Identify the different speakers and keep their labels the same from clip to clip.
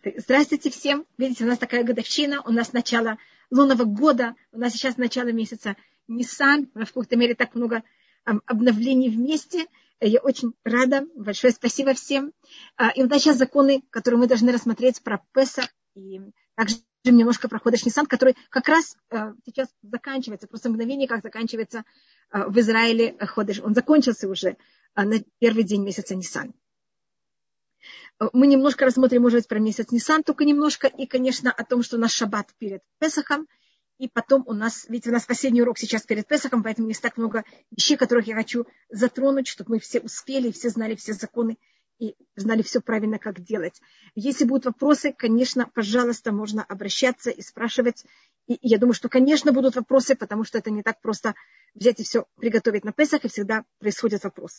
Speaker 1: Здравствуйте всем. Видите, у нас такая годовщина, у нас начало лунного года, у нас сейчас начало месяца Нисан, в какой-то мере так много обновлений вместе. Я очень рада, большое спасибо всем. И у нас сейчас законы, которые мы должны рассмотреть про Песах, и также немножко про Ходеш Нисан, который как раз сейчас заканчивается, просто мгновение, как заканчивается в Израиле Ходеш. Он закончился уже на первый день месяца Нисан. Мы немножко рассмотрим, может быть, про месяц Нисан, только немножко, и, конечно, о том, что у нас шаббат перед Песахом, и потом у нас, ведь у нас последний урок сейчас перед Песахом, поэтому есть так много вещей, которых я хочу затронуть, чтобы мы все успели, все знали все законы и знали все правильно, как делать. Если будут вопросы, конечно, пожалуйста, можно обращаться и спрашивать. И я думаю, что, конечно, будут вопросы, потому что это не так просто взять и все приготовить на Песах, и всегда происходят вопросы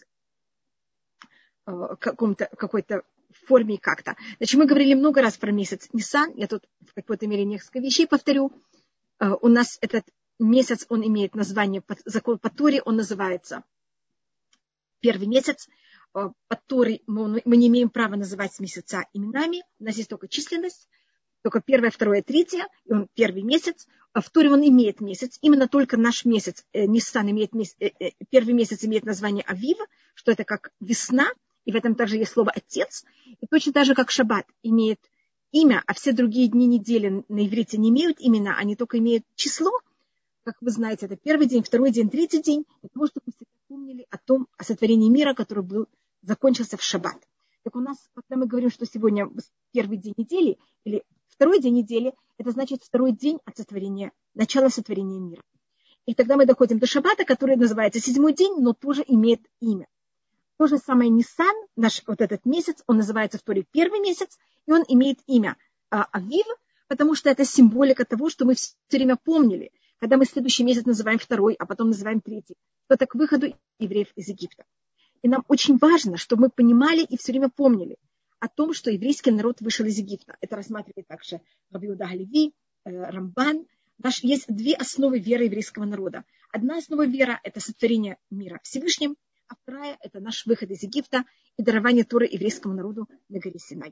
Speaker 1: какой-то форме и как-то. Значит, мы говорили много раз про месяц Нисан. Я тут в какой-то мере несколько вещей повторю. У нас этот месяц, он имеет название, закон по Торе, он называется первый месяц. По Торе мы не имеем права называть месяца именами. У нас есть только численность. Только первое, второе, третье. И он первый месяц. В Торе он имеет месяц. Именно только наш месяц, Нисан, первый месяц имеет название Авив, что это как весна. И в этом также есть слово «отец». И точно так же, как шаббат имеет имя, а все другие дни недели на иврите не имеют имена, они только имеют число. Как вы знаете, это первый день, второй день, третий день. Для того, чтобы мы всегда помнили о сотворении мира, который закончился в шаббат. Так у нас, когда мы говорим, что сегодня первый день недели или второй день недели, это значит второй день от начала сотворения мира. И тогда мы доходим до шаббата, который называется седьмой день, но тоже имеет имя. То же самое Нисан, наш вот этот месяц, он называется в Торе первый месяц, и он имеет имя Авив, потому что это символика того, что мы все время помнили, когда мы следующий месяц называем второй, а потом называем третий. Это к выходу евреев из Египта. И нам очень важно, чтобы мы понимали и все время помнили о том, что еврейский народ вышел из Египта. Это рассматривает также Раби Иуда ха-Леви, Рамбан. Есть две основы веры еврейского народа. Одна основа веры – это сотворение мира Всевышним, а вторая – это наш выход из Египта и дарование Торы еврейскому народу на горе Синай.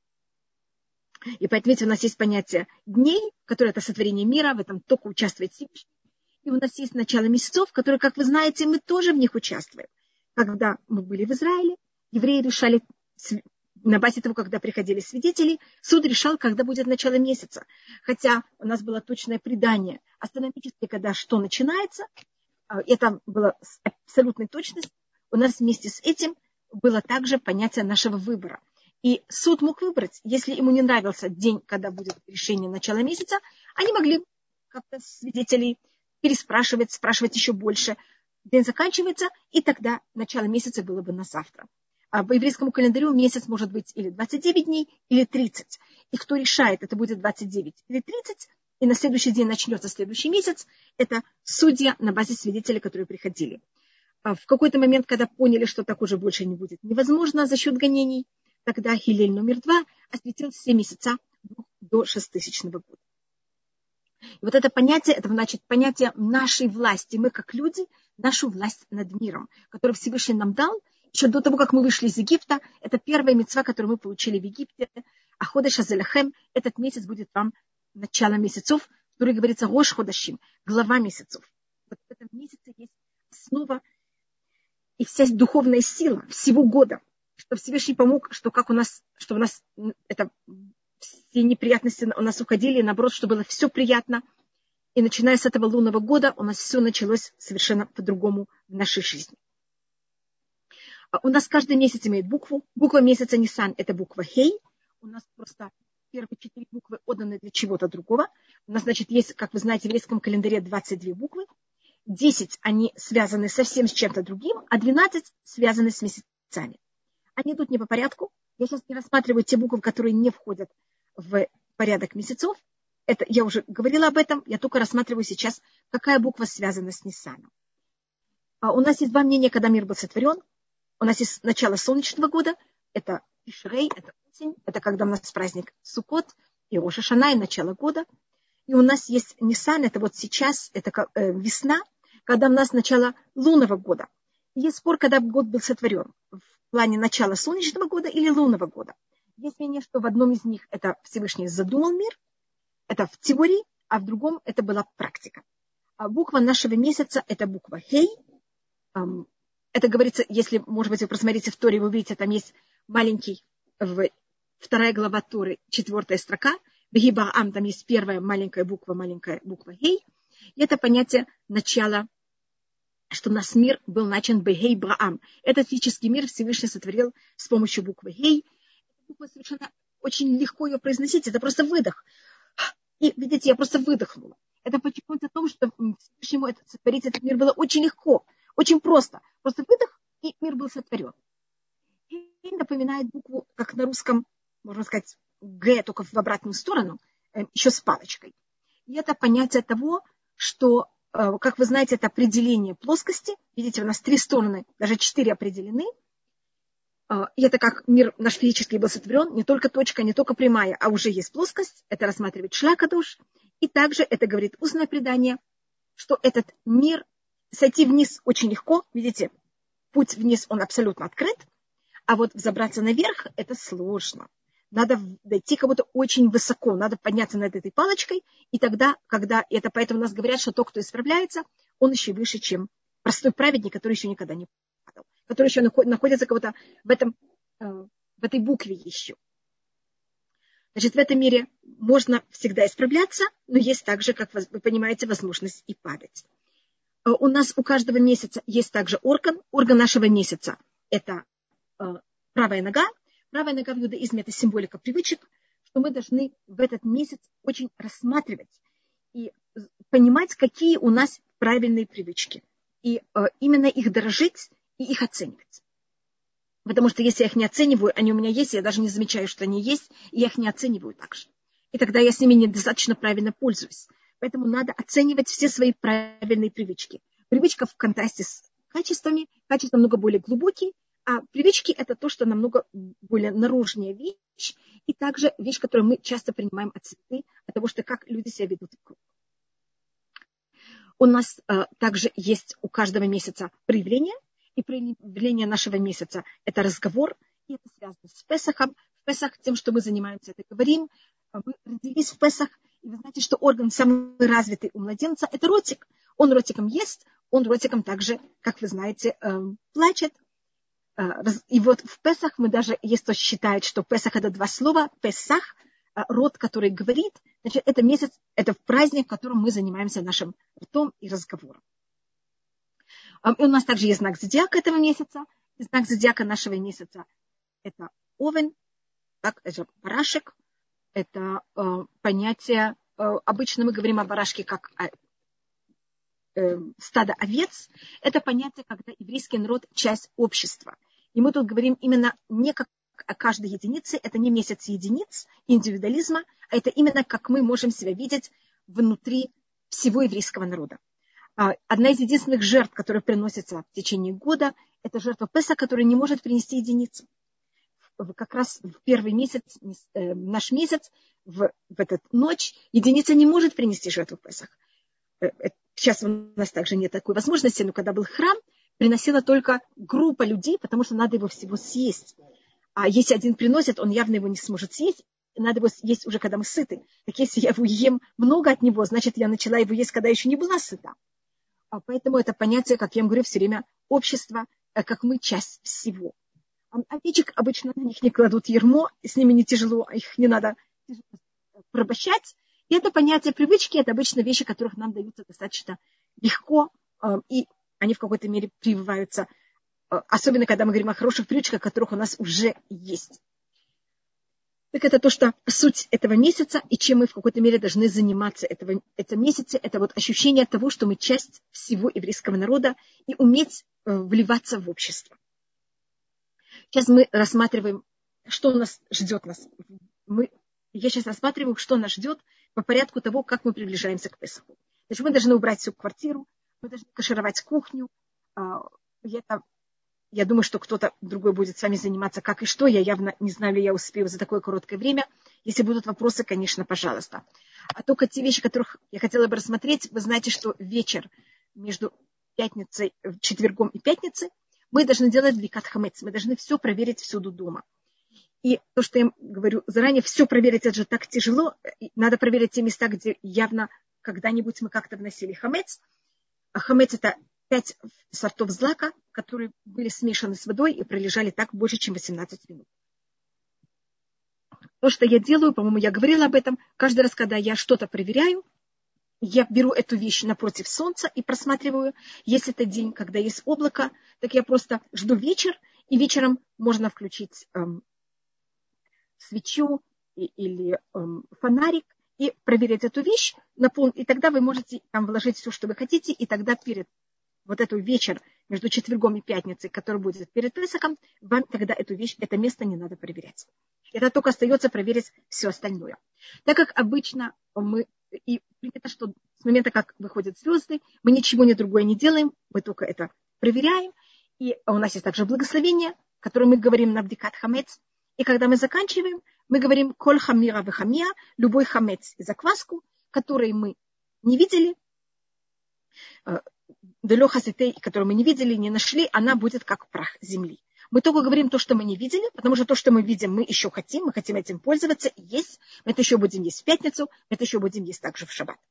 Speaker 1: И поэтому у нас есть понятие дней, которое это сотворение мира, в этом только участвует Всевышний. И у нас есть начало месяцев, которые, как вы знаете, мы тоже в них участвуем. Когда мы были в Израиле, евреи решали, на базе того, когда приходили свидетели, суд решал, когда будет начало месяца. Хотя у нас было точное предание астрономическое, когда что начинается, это было с абсолютной точностью. У нас вместе с этим было также понятие нашего выбора. И суд мог выбрать, если ему не нравился день, когда будет решение начала месяца, они могли как-то свидетелей переспрашивать, спрашивать еще больше. День заканчивается, и тогда начало месяца было бы на завтра. А по еврейскому календарю месяц может быть или 29 дней, или 30. И кто решает, это будет 29 или 30, и на следующий день начнется следующий месяц, это судья на базе свидетелей, которые приходили. В какой-то момент, когда поняли, что так уже больше не будет невозможно за счет гонений, тогда Хилель номер 2 осветил все месяца до 6000 года. И вот это понятие, это значит понятие нашей власти. Мы как люди, нашу власть над миром, которую Всевышний нам дал, еще до того, как мы вышли из Египта. Это первая мицва, которую мы получили в Египте. А Ходеш Азелахем, этот месяц будет вам начало месяцев, в которой говорится Рош Ходашим, глава месяцев. Вот в этом месяце есть основа и вся духовная сила всего года, что Всевышний помог, что у нас это, все неприятности у нас уходили, и наоборот, что было все приятно. И начиная с этого лунного года у нас все началось совершенно по-другому в нашей жизни. У нас каждый месяц имеет букву. Буква месяца Нисан – это буква Хей. У нас просто первые 4 буквы отданы для чего-то другого. У нас, значит, есть, как вы знаете, в еврейском календаре 22 буквы. 10 они связаны совсем с чем-то другим, а 12 связаны с месяцами. Они идут не по порядку. Я сейчас не рассматриваю те буквы, которые не входят в порядок месяцев. Это, я уже говорила об этом. Я только рассматриваю сейчас, какая буква связана с Ниссаном. У нас есть два мнения, когда мир был сотворен. У нас есть начало солнечного года. Это Тишрей, это осень. Это когда у нас праздник Суккот и Рош ха-Шана, и начало года. И у нас есть Ниссан, это вот сейчас, это весна, когда у нас начало лунного года. Есть спор, когда год был сотворен, в плане начала солнечного года или лунного года. Есть мнение, что в одном из них это Всевышний задумал мир, это в теории, а в другом это была практика. А буква нашего месяца это буква Хей. Это говорится, если, может быть, вы просмотрите в Торе, вы увидите, там есть маленький, 2 глава Торы, 4 строка. В Гибаам там есть первая маленькая буква Хей. И это понятие начала, что у нас мир был начат Бехей Браам. Этот физический мир Всевышний сотворил с помощью буквы Хей. Буква совершенно очень легко ее произносить, это просто выдох. И, видите, я просто выдохнула. Это подчеркнуть о том, что Всевышнему сотворить этот мир было очень легко, очень просто. Просто выдох, и мир был сотворен. И напоминает букву, как на русском, можно сказать, Г, только в обратную сторону, еще с палочкой. И это понятие того, что, как вы знаете, это определение плоскости. Видите, у нас 3 стороны, даже 4 определены. И это как мир наш физический был сотворен, не только точка, не только прямая, а уже есть плоскость. Это рассматривает Шлакадош. И также это говорит устное предание, что этот мир, сойти вниз очень легко. Видите, путь вниз, он абсолютно открыт. А вот взобраться наверх, это сложно. Надо дойти как будто очень высоко. Надо подняться над этой палочкой. И тогда, когда это, поэтому нас говорят, что тот, кто исправляется, он еще выше, чем простой праведник, который еще никогда не падал. Который еще находится как-то в этой букве еще. Значит, в этом мире можно всегда исправляться, но есть также, как вы понимаете, возможность и падать. У нас у каждого месяца есть также орган. Орган нашего месяца – это правая нога. Правая нога в иудаизме – это символика привычек, что мы должны в этот месяц очень рассматривать и понимать, какие у нас правильные привычки. И именно их дорожить и их оценивать. Потому что если я их не оцениваю, они у меня есть, я даже не замечаю, что они есть, и я их не оцениваю так же. И тогда я с ними недостаточно правильно пользуюсь. Поэтому надо оценивать все свои правильные привычки. Привычка в контрасте с качествами, качества намного более глубокие, а привычки – это то, что намного более наружная вещь, и также вещь, которую мы часто принимаем от среды, от того, что как люди себя ведут вокруг. У нас также есть у каждого месяца проявление, и проявление нашего месяца – это разговор, и это связано с Песахом. В Песах тем, что мы занимаемся, это говорим. Мы родились в Песах, и вы знаете, что орган самый развитый у младенца – это ротик. Он ротиком ест, он ротиком также, как вы знаете, плачет. И вот в Песах мы даже, есть кто считает, что Песах – это 2 слова. Песах – рот, который говорит. Значит, это месяц, это праздник, в котором мы занимаемся нашим ртом и разговором. И у нас также есть знак зодиака этого месяца. И знак зодиака нашего месяца – это овен, так, это барашек. Это понятие, обычно мы говорим о барашке как стадо овец. Это понятие, когда еврейский народ – часть общества. И мы тут говорим именно не как о каждой единице, это не месяц единиц, индивидуализма, а это именно как мы можем себя видеть внутри всего еврейского народа. Одна из единственных жертв, которая приносится в течение года, это жертва Песах, которая не может принести единицу. Как раз в первый месяц, наш месяц, в эту ночь, единица не может принести жертву Песах. Сейчас у нас также нет такой возможности, но когда был храм, приносила только группа людей, потому что надо его всего съесть. А если один приносит, он явно его не сможет съесть, надо его есть уже, когда мы сыты. Так если я его ем много от него, значит, я начала его есть, когда еще не была сыта. Поэтому это понятие, как я вам говорю, все время общество, как мы часть всего. Овечек обычно на них не кладут ярмо, с ними не тяжело, их не надо порабощать. И это понятие привычки, это обычно вещи, которых нам даются достаточно легко, и они в какой-то мере прививаются, особенно когда мы говорим о хороших привычках, которых у нас уже есть. Так это то, что суть этого месяца, и чем мы в какой-то мере должны заниматься этом месяце, это вот ощущение того, что мы часть всего еврейского народа, и уметь вливаться в общество. Сейчас мы рассматриваем, что нас ждет. Я сейчас рассматриваю, что нас ждет по порядку того, как мы приближаемся к Песаху. Значит, мы должны убрать всю квартиру, мы должны кашировать кухню. Я думаю, что кто-то другой будет с вами заниматься, как и что. Я явно не знаю, ли я успею за такое короткое время. Если будут вопросы, конечно, пожалуйста. А только те вещи, которых я хотела бы рассмотреть, вы знаете, что вечер между четвергом и пятницей мы должны делать бликат хамец. Мы должны все проверить всюду дома. И то, что я говорю заранее, все проверить, это же так тяжело. Надо проверить те места, где явно когда-нибудь мы как-то вносили хамец. А хамец – это 5 сортов злака, которые были смешаны с водой и пролежали так больше, чем 18 минут. То, что я делаю, по-моему, я говорила об этом, каждый раз, когда я что-то проверяю, я беру эту вещь напротив солнца и просматриваю. Если это день, когда есть облако, так я просто жду вечер, и вечером можно включить свечу или фонарик и проверить эту вещь, и тогда вы можете там вложить все, что вы хотите, и тогда перед вот эту вечер между четвергом и пятницей, который будет перед Песахом, вам тогда эту вещь, это место не надо проверять. Это только остается проверить все остальное. Так как обычно и принято, что с момента, как выходят звезды, мы ничего другое не делаем, мы только это проверяем. И у нас есть также благословение, которое мы говорим на бдикат хамец. И когда мы заканчиваем, мы говорим коль хамира вехамия, любой хамец и закваску, который мы не видели, которую мы не видели, не нашли, она будет как прах земли. Мы только говорим то, что мы не видели, потому что то, что мы видим, мы еще хотим, мы хотим этим пользоваться и есть. Мы это еще будем есть в пятницу, мы это еще будем есть также в шаббат.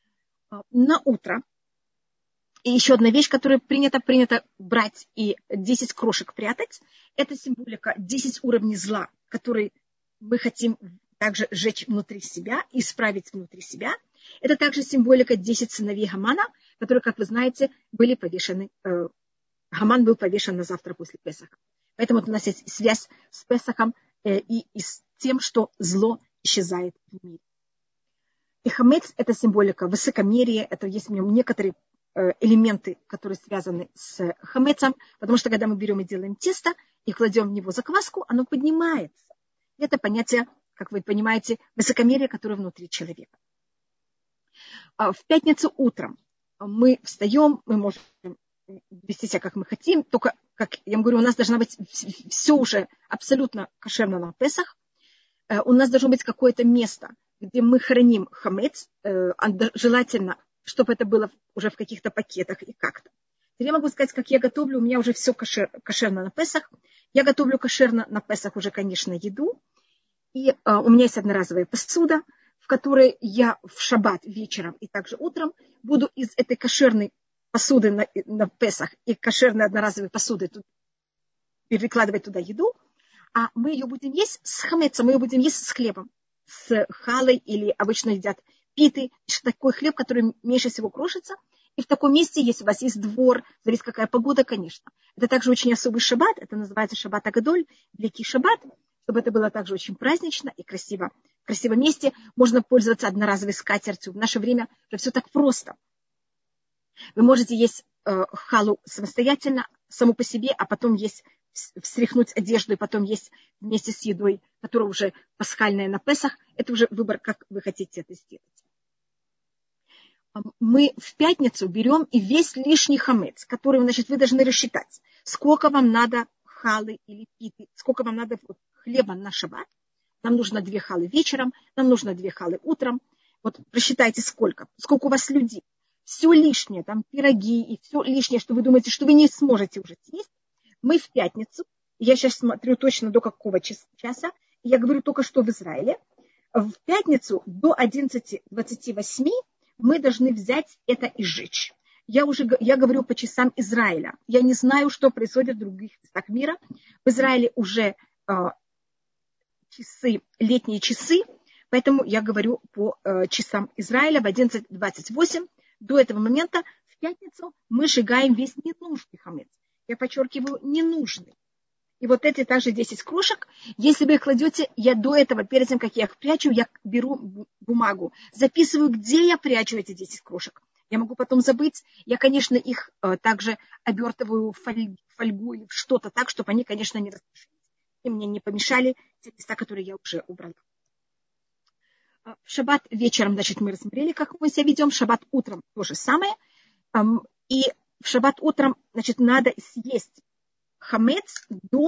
Speaker 1: На утро. И еще одна вещь, которую принято брать и 10 крошек прятать, это символика 10 уровней зла, которые мы хотим также сжечь внутри себя, исправить внутри себя. Это также символика 10 сыновей Гамана, которые, как вы знаете, были повешены. Гаман был повешен на завтра после Песаха. Поэтому вот у нас есть связь с Песахом и с тем, что зло исчезает в мире. И хамец – это символика высокомерия, это есть в нем некоторые элементы, которые связаны с хамецом, потому что когда мы берем и делаем тесто и кладем в него закваску, оно поднимается. Это понятие, как вы понимаете, высокомерия, которое внутри человека. В пятницу утром мы встаем, мы можем вести себя, как мы хотим, только, как я вам говорю, у нас должна быть все уже абсолютно кошерно на Песах. У нас должно быть какое-то место, где мы храним хамец, желательно, чтобы это было уже в каких-то пакетах и как-то. Я могу сказать, как я готовлю, у меня уже все кошерно на Песах. Я готовлю кошерно на Песах уже, конечно, еду. И у меня есть одноразовая посуда, в которой я в шаббат вечером и также утром буду из этой кошерной посуды на Песах и кошерной одноразовой посуды перекладывать туда еду, а мы ее будем есть с хамецом, мы ее будем есть с хлебом, с халой или обычно едят питы, такой хлеб, который меньше всего крошится. И в таком месте, если у вас есть двор, зависит какая погода, конечно. Это также очень особый шаббат, это называется шаббат агадоль, великий шаббат, чтобы это было также очень празднично и красиво. В красивом месте можно пользоваться одноразовой скатертью. В наше время же все так просто. Вы можете есть халу самостоятельно, саму по себе, а потом есть, встряхнуть одежду и потом есть вместе с едой, которая уже пасхальная на Песах. Это уже выбор, как вы хотите это сделать. Мы в пятницу берем и весь лишний хамец, который, значит, вы должны рассчитать, сколько вам надо халы или питы, сколько вам надо хлеба на шаббат. Нам нужно 2 халы вечером, нам нужно 2 халы утром. Вот рассчитайте, сколько у вас людей. Все лишнее, там пироги и все лишнее, что вы думаете, что вы не сможете уже съесть, мы в пятницу, я сейчас смотрю точно до какого часа, я говорю только что в Израиле, в пятницу до 11:28 мы должны взять это и сжечь. Я говорю по часам Израиля. Я не знаю, что происходит в других местах мира. В Израиле уже летние часы, поэтому я говорю по часам Израиля в 11:28. До этого момента в пятницу мы сжигаем весь ненужный хамец. Я подчеркиваю, ненужный. И вот эти также 10 крошек, если вы их кладете, я до этого, перед тем, как я их прячу, я беру бумагу, записываю, где я прячу эти 10 крошек. Я могу потом забыть. Я, конечно, их также обертываю в фольгу или в что-то так, чтобы они, конечно, не распушились. И мне не помешали те места, которые я уже убрала. В шаббат вечером, значит, мы рассмотрели, как мы себя ведем. В шаббат утром то же самое. И в шаббат утром, значит, надо съесть хамец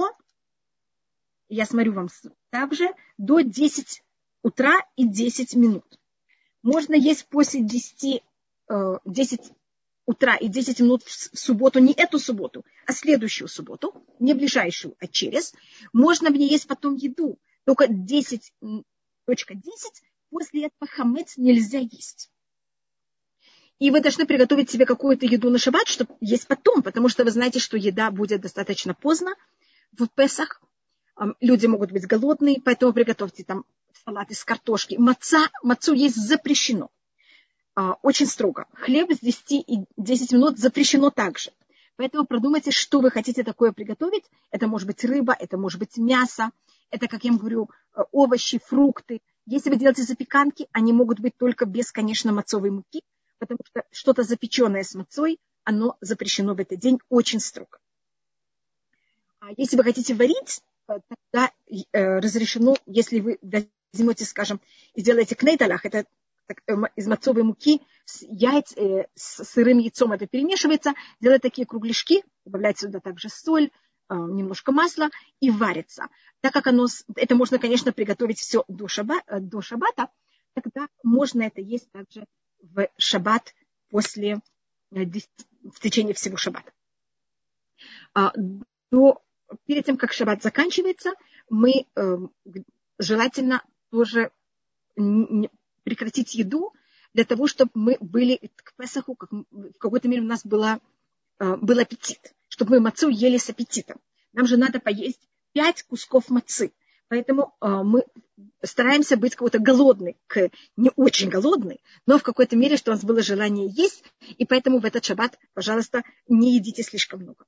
Speaker 1: я смотрю вам также, до 10 утра и 10 минут. Можно есть после 10 утра и 10 минут в субботу, не эту субботу, а следующую субботу, не ближайшую, а через, можно в ней есть потом еду. Только 10.10, после этого хамец нельзя есть. И вы должны приготовить себе какую-то еду на шаббат, чтобы есть потом, потому что вы знаете, что еда будет достаточно поздно в Песах. Люди могут быть голодные, поэтому приготовьте там салат из картошки. Мацу есть запрещено. Очень строго. Хлеб с 10 минут запрещено также. Поэтому продумайте, что вы хотите такое приготовить. Это может быть рыба, это может быть мясо, это, как я вам говорю, овощи, фрукты. Если вы делаете запеканки, они могут быть только без, конечно, мацовой муки, потому что что-то запеченное с мацой, оно запрещено в этот день очень строго. А если вы хотите варить, тогда разрешено, если вы возьмете, скажем, и сделаете кнейталах, это из мацовой муки с сырым яйцом это перемешивается, делают такие кругляшки, добавляется сюда также соль, немножко масла и варится. Так как это можно, конечно, приготовить все до шаббата, тогда можно это есть также в шаббат в течение всего шаббата. Перед тем, как шаббат заканчивается, мы желательно тоже прекратить еду для того, чтобы мы были к Песаху, в какой-то мере у нас был аппетит, чтобы мы мацу ели с аппетитом. Нам же надо поесть 5 кусков мацы. Поэтому мы стараемся быть какой-то голодный, не очень голодный, но в какой-то мере, что у нас было желание есть, и поэтому в этот шаббат, пожалуйста, не едите слишком много.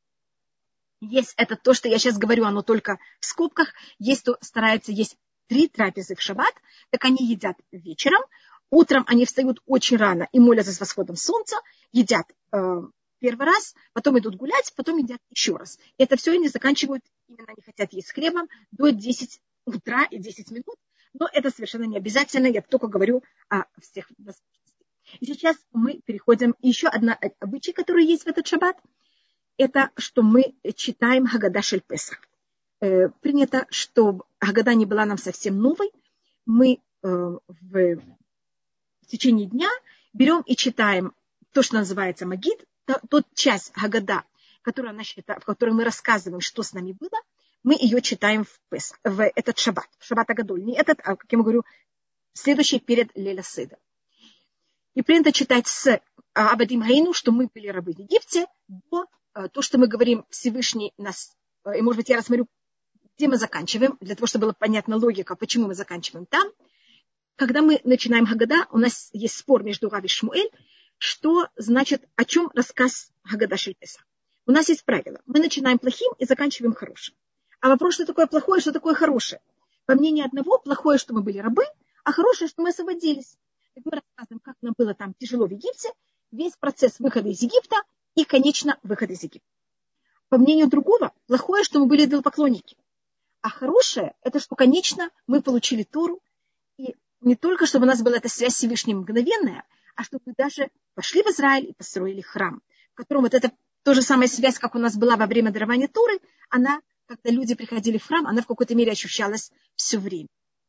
Speaker 1: Есть это то, что я сейчас говорю, оно только в скобках. Есть кто старается есть 3 трапезы в шаббат, так они едят вечером. Утром они встают очень рано и молятся с восходом солнца, едят первый раз, потом идут гулять, потом едят еще раз. И это все они заканчивают, именно они хотят есть с хлебом до 10 утра и 10 минут, но это совершенно не обязательно, я только говорю о всех возможностях. И сейчас мы переходим, еще одна обычай, который есть в этот шаббат, это что мы читаем Хагада шель Песах. Принято, чтобы Хагада не была нам совсем новой, мы в течение дня берем и читаем то, что называется Магид, тот часть Хагада, в которой мы рассказываем, что с нами было, мы ее читаем в этот шаббат, в шаббат Агадоль. Не этот, а, как я говорю, следующий перед Лейла Седер. И принято читать с Абадим Хаину, что мы были рабы в Египте, до то, что мы говорим Всевышний нас. И, может быть, я рассмотрю, где мы заканчиваем, для того, чтобы была понятна логика, почему мы заканчиваем там. Когда мы начинаем Хагада, у нас есть спор между Рав и Шмуэль, что значит, о чем рассказ Хагада шель Песах. У нас есть правило. Мы начинаем плохим и заканчиваем хорошим. А вопрос, что такое плохое, что такое хорошее. По мнению одного, плохое, что мы были рабы, а хорошее, что мы освободились. Так мы рассказываем, как нам было там тяжело в Египте, весь процесс выхода из Египта и, конечно, выход из Египта. По мнению другого, плохое, что мы были идолопоклонники. А хорошее, это что, конечно, мы получили Тору. И не только, чтобы у нас была эта связь с Всевышним мгновенная, а чтобы мы даже пошли в Израиль и построили храм, в котором вот эта та же самая связь, как у нас была во время дарования Торы, она, когда люди приходили в храм, она в какой-то мере ощущалась все время.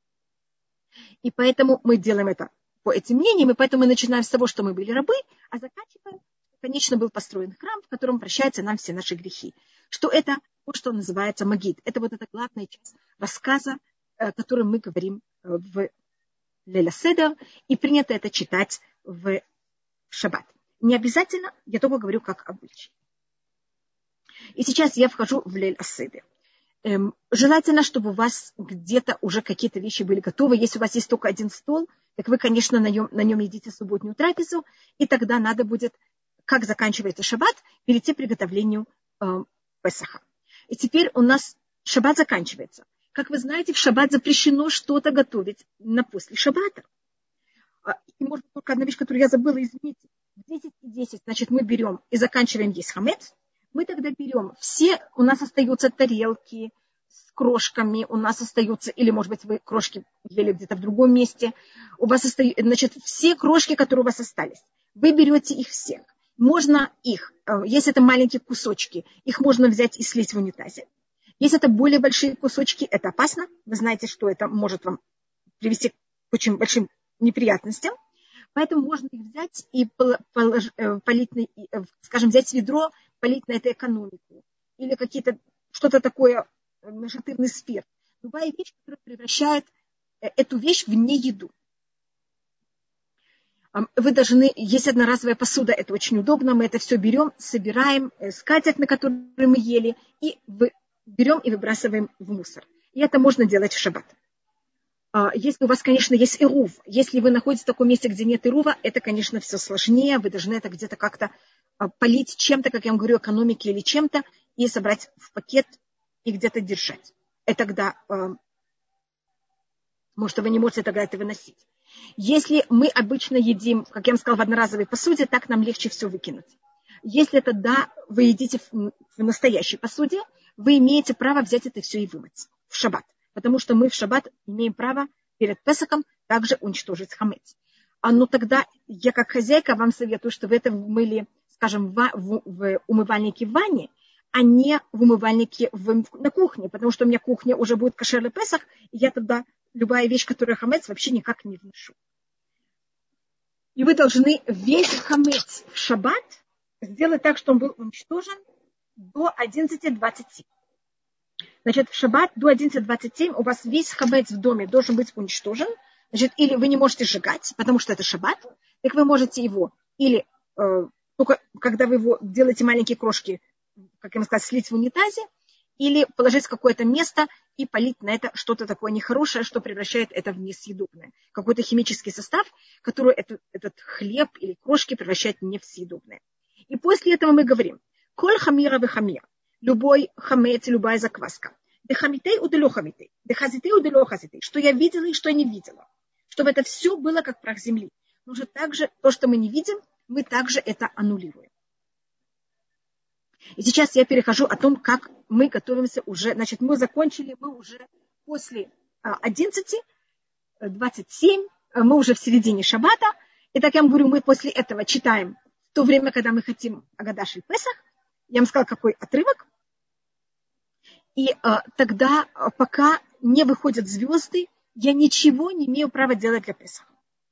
Speaker 1: И поэтому мы делаем это по этим мнениям, и поэтому мы начинаем с того, что мы были рабы, а заканчиваем, конечно, был построен храм, в котором прощаются нам все наши грехи. Что это то, что называется Магид. Это вот эта главная часть рассказа, которым мы говорим в Лейла Седер, и принято это читать в шаббат. Не обязательно, я только говорю как обычай. И сейчас я вхожу в Лейла Седер. Желательно, чтобы у вас где-то уже какие-то вещи были готовы. Если у вас есть только один стол, так вы, конечно, на нем едите субботнюю трапезу, и тогда надо будет, как заканчивается шаббат, перейти к приготовлению Песаха. И теперь у нас шаббат заканчивается. Как вы знаете, в шаббат запрещено что-то готовить на после шаббата. И, может, только одна вещь, которую я забыла, извините. В 10:10, значит, мы берем и заканчиваем есть хамец. Мы тогда берем у нас остаются тарелки с крошками, у нас остаются, или, может быть, вы крошки ели где-то в другом месте. У вас остаются, значит, все крошки, которые у вас остались. Вы берете их всех. Можно если это маленькие кусочки, их можно взять и слить в унитазе. Если это более большие кусочки, это опасно. Вы знаете, что это может вам привести к очень большим неприятностям. Поэтому можно их взять и полить, скажем, взять ведро, полить на это экономику. или что-то такое, нашатырный спирт. Любая вещь, которая превращает эту вещь в не еду. Вы должны, есть одноразовая посуда, это очень удобно, мы это все берем, собираем, скатерть, на которой мы ели, и берем и выбрасываем в мусор. И это можно делать в шаббат. Если у вас, конечно, есть ирув, если вы находитесь в таком месте, где нет ирува, это, конечно, все сложнее, вы должны это где-то как-то полить чем-то, как я вам говорю, экономики или чем-то, и собрать в пакет и где-то держать. И тогда, может, вы не можете тогда это выносить. Если мы обычно едим, как я вам сказала, в одноразовой посуде, так нам легче все выкинуть. Если это вы едите в настоящей посуде, вы имеете право взять это все и вымыть в шаббат. Потому что мы в шаббат имеем право перед Песахом также уничтожить хамец. Но тогда я как хозяйка вам советую, что вы это мыли, скажем, в умывальнике в ванне, а не в умывальнике на кухне. Потому что у меня кухня уже будет кошерный Песах, и я тогда любая вещь, которая хамец, вообще никак не вношу. И вы должны весь хамец в шаббат сделать так, чтобы он был уничтожен до 11:27. Значит, в шаббат до 11:27 у вас весь хамец в доме должен быть уничтожен. Значит, или вы не можете сжигать, потому что это шаббат, так вы можете его, или только когда вы его делаете маленькие крошки, как я вам сказала, слить в унитазе, или положить в какое-то место и полить на это что-то такое нехорошее, что превращает это в несъедобное. Какой-то химический состав, который этот хлеб или крошки превращает в несъедобное. И после этого мы говорим, коль хамира ве хамир, любой хамец, любая закваска, дехамитей уделохамитей, дехазитей уделохазитей, что я видела и что я не видела. Чтобы это все было как прах земли. Нужно также, то, что мы не видим, мы также это аннулируем. И сейчас я перехожу о том, как мы готовимся уже. Значит, мы закончили, мы уже после 11:27, мы уже в середине шаббата. И так я вам говорю, мы после этого читаем в то время, когда мы хотим Агада шель Песах. Я вам сказала, какой отрывок. И тогда, пока не выходят звезды, я ничего не имею права делать для Песаха.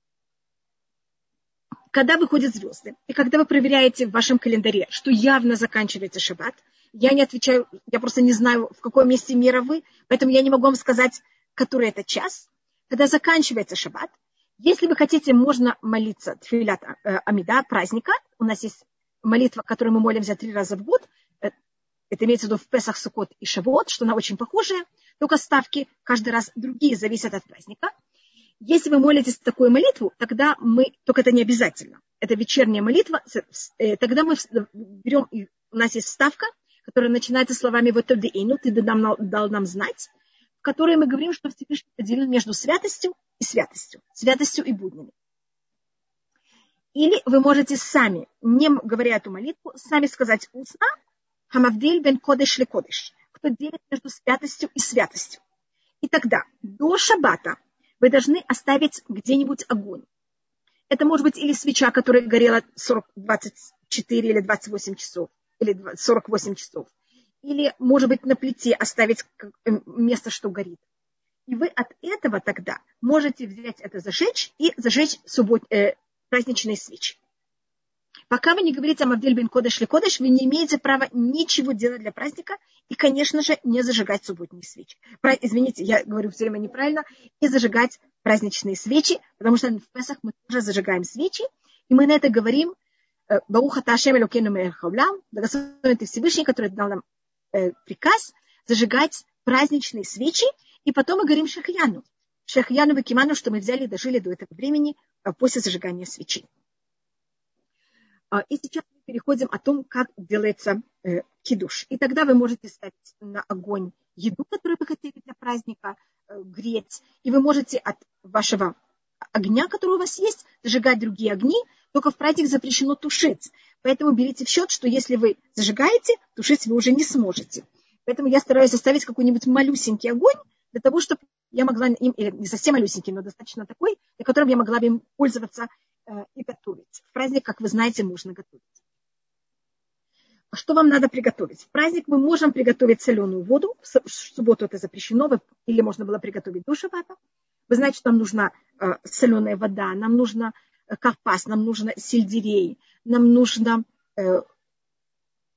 Speaker 1: Когда выходят звезды, и когда вы проверяете в вашем календаре, что явно заканчивается шаббат, я не отвечаю, я просто не знаю, в каком месте мира вы, поэтому я не могу вам сказать, который это час. Когда заканчивается шаббат, если вы хотите, можно молиться тфилат амида, праздника. У нас есть молитва, которую мы молимся 3 раза в год. Это имеется в виду в Песах, Суккот и Шавуот, что она очень похожая, только ставки каждый раз другие, зависят от праздника. Если вы молитесь такую молитву, тогда только это не обязательно, это вечерняя молитва, тогда мы берем, у нас есть вставка, которая начинается словами «Вотодеину», «Ты дал нам знать», в которой мы говорим, что Всевышний поделил между святостью и буднями. Или вы можете сами, не говоря эту молитву, сами сказать устно «Хамавдиль бен кодеш ле кодеш», кто делит между святостью и святостью. И тогда до шаббата вы должны оставить где-нибудь огонь. Это может быть или свеча, которая горела 24 или 28 часов, или 48 часов. Или, может быть, на плите оставить место, что горит. И вы от этого тогда можете взять это, зажечь и зажечь праздничные свечи. Пока вы не говорите о Мавдель бен Кодеш ли Кодеш, вы не имеете права ничего делать для праздника и, конечно же, не зажигать субботние свечи. Извините, я говорю все время неправильно. И зажигать праздничные свечи, потому что в Песах мы тоже зажигаем свечи, и мы на это говорим Барух ата Ашем Элокейну мелech хаолам, благословен ты Всевышний, который дал нам приказ зажигать праздничные свечи, и потом мы говорим Шехьяну векиману, что мы взяли и дожили до этого времени после зажигания свечи. И сейчас мы переходим о том, как делается кидуш. И тогда вы можете ставить на огонь еду, которую вы хотели для праздника, греть. И вы можете от вашего огня, который у вас есть, зажигать другие огни. Только в праздник запрещено тушить. Поэтому берите в счет, что если вы зажигаете, тушить вы уже не сможете. Поэтому я стараюсь оставить какой-нибудь малюсенький огонь, для того, чтобы я могла им, или не совсем малюсенький, но достаточно такой, для которого я могла бы им пользоваться и готовить. В праздник, как вы знаете, можно готовить. Что вам надо приготовить? В праздник мы можем приготовить соленую воду. В субботу это запрещено, или можно было приготовить до шаббата. Вы знаете, что нам нужна соленая вода, нам нужно карпас, нам нужно сельдерей, нам нужно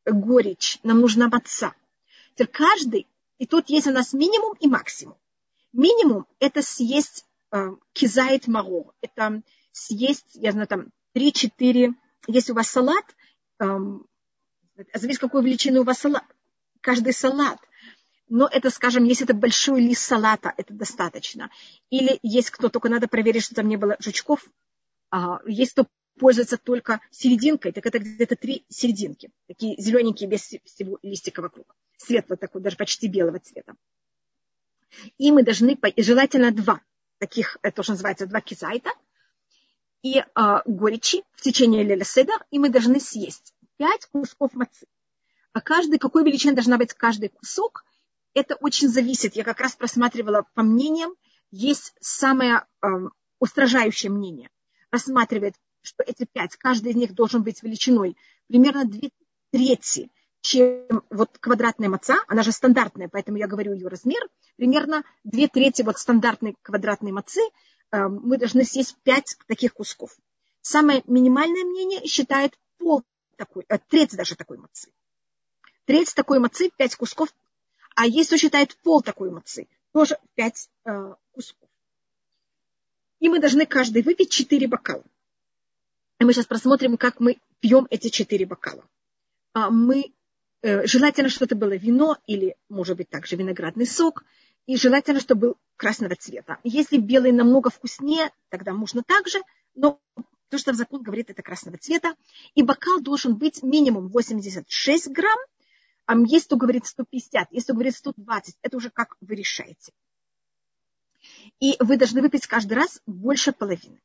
Speaker 1: горечь, нам нужна маца. Теперь каждый, и тут есть у нас минимум и максимум. Минимум – это съесть кизайт марор, это съесть, я знаю, там 3-4, если у вас салат, зависит, какой величины у вас салат, каждый салат. Но это, скажем, если это большой лист салата, это достаточно. Или есть кто, только надо проверить, что там не было жучков. Есть кто пользуется только серединкой, так это где-то 3 серединки. Такие зелененькие, без всего листика вокруг. Светло такой, даже почти белого цвета. И мы должны, желательно 2 таких, это тоже называется 2 кизайта, и горечи в течение лейля седер, и мы должны съесть 5 кусков мацы. А какой величины должна быть каждый кусок, это очень зависит. Я как раз просматривала по мнениям, есть самое устражающее мнение. Рассматривает, что эти 5, каждый из них должен быть величиной примерно 2/3, чем вот квадратная маца, она же стандартная, поэтому я говорю ее размер, примерно 2/3 вот стандартной квадратной мацы, мы должны съесть 5 таких кусков. Самое минимальное мнение считает треть даже такой мацы. Треть такой мацы, 5 кусков, а есть кто считает пол такой мацы, тоже 5 кусков. И мы должны каждый выпить 4 бокала. И мы сейчас просмотрим, как мы пьем эти 4 бокала. Желательно, чтобы это было вино или, может быть, также виноградный сок. И желательно, чтобы был красного цвета. Если белый намного вкуснее, тогда можно также. Но то, что закон говорит, это красного цвета. И бокал должен быть минимум 86 грамм. Есть кто говорит 150, есть кто говорит 120. Это уже как вы решаете. И вы должны выпить каждый раз больше половины.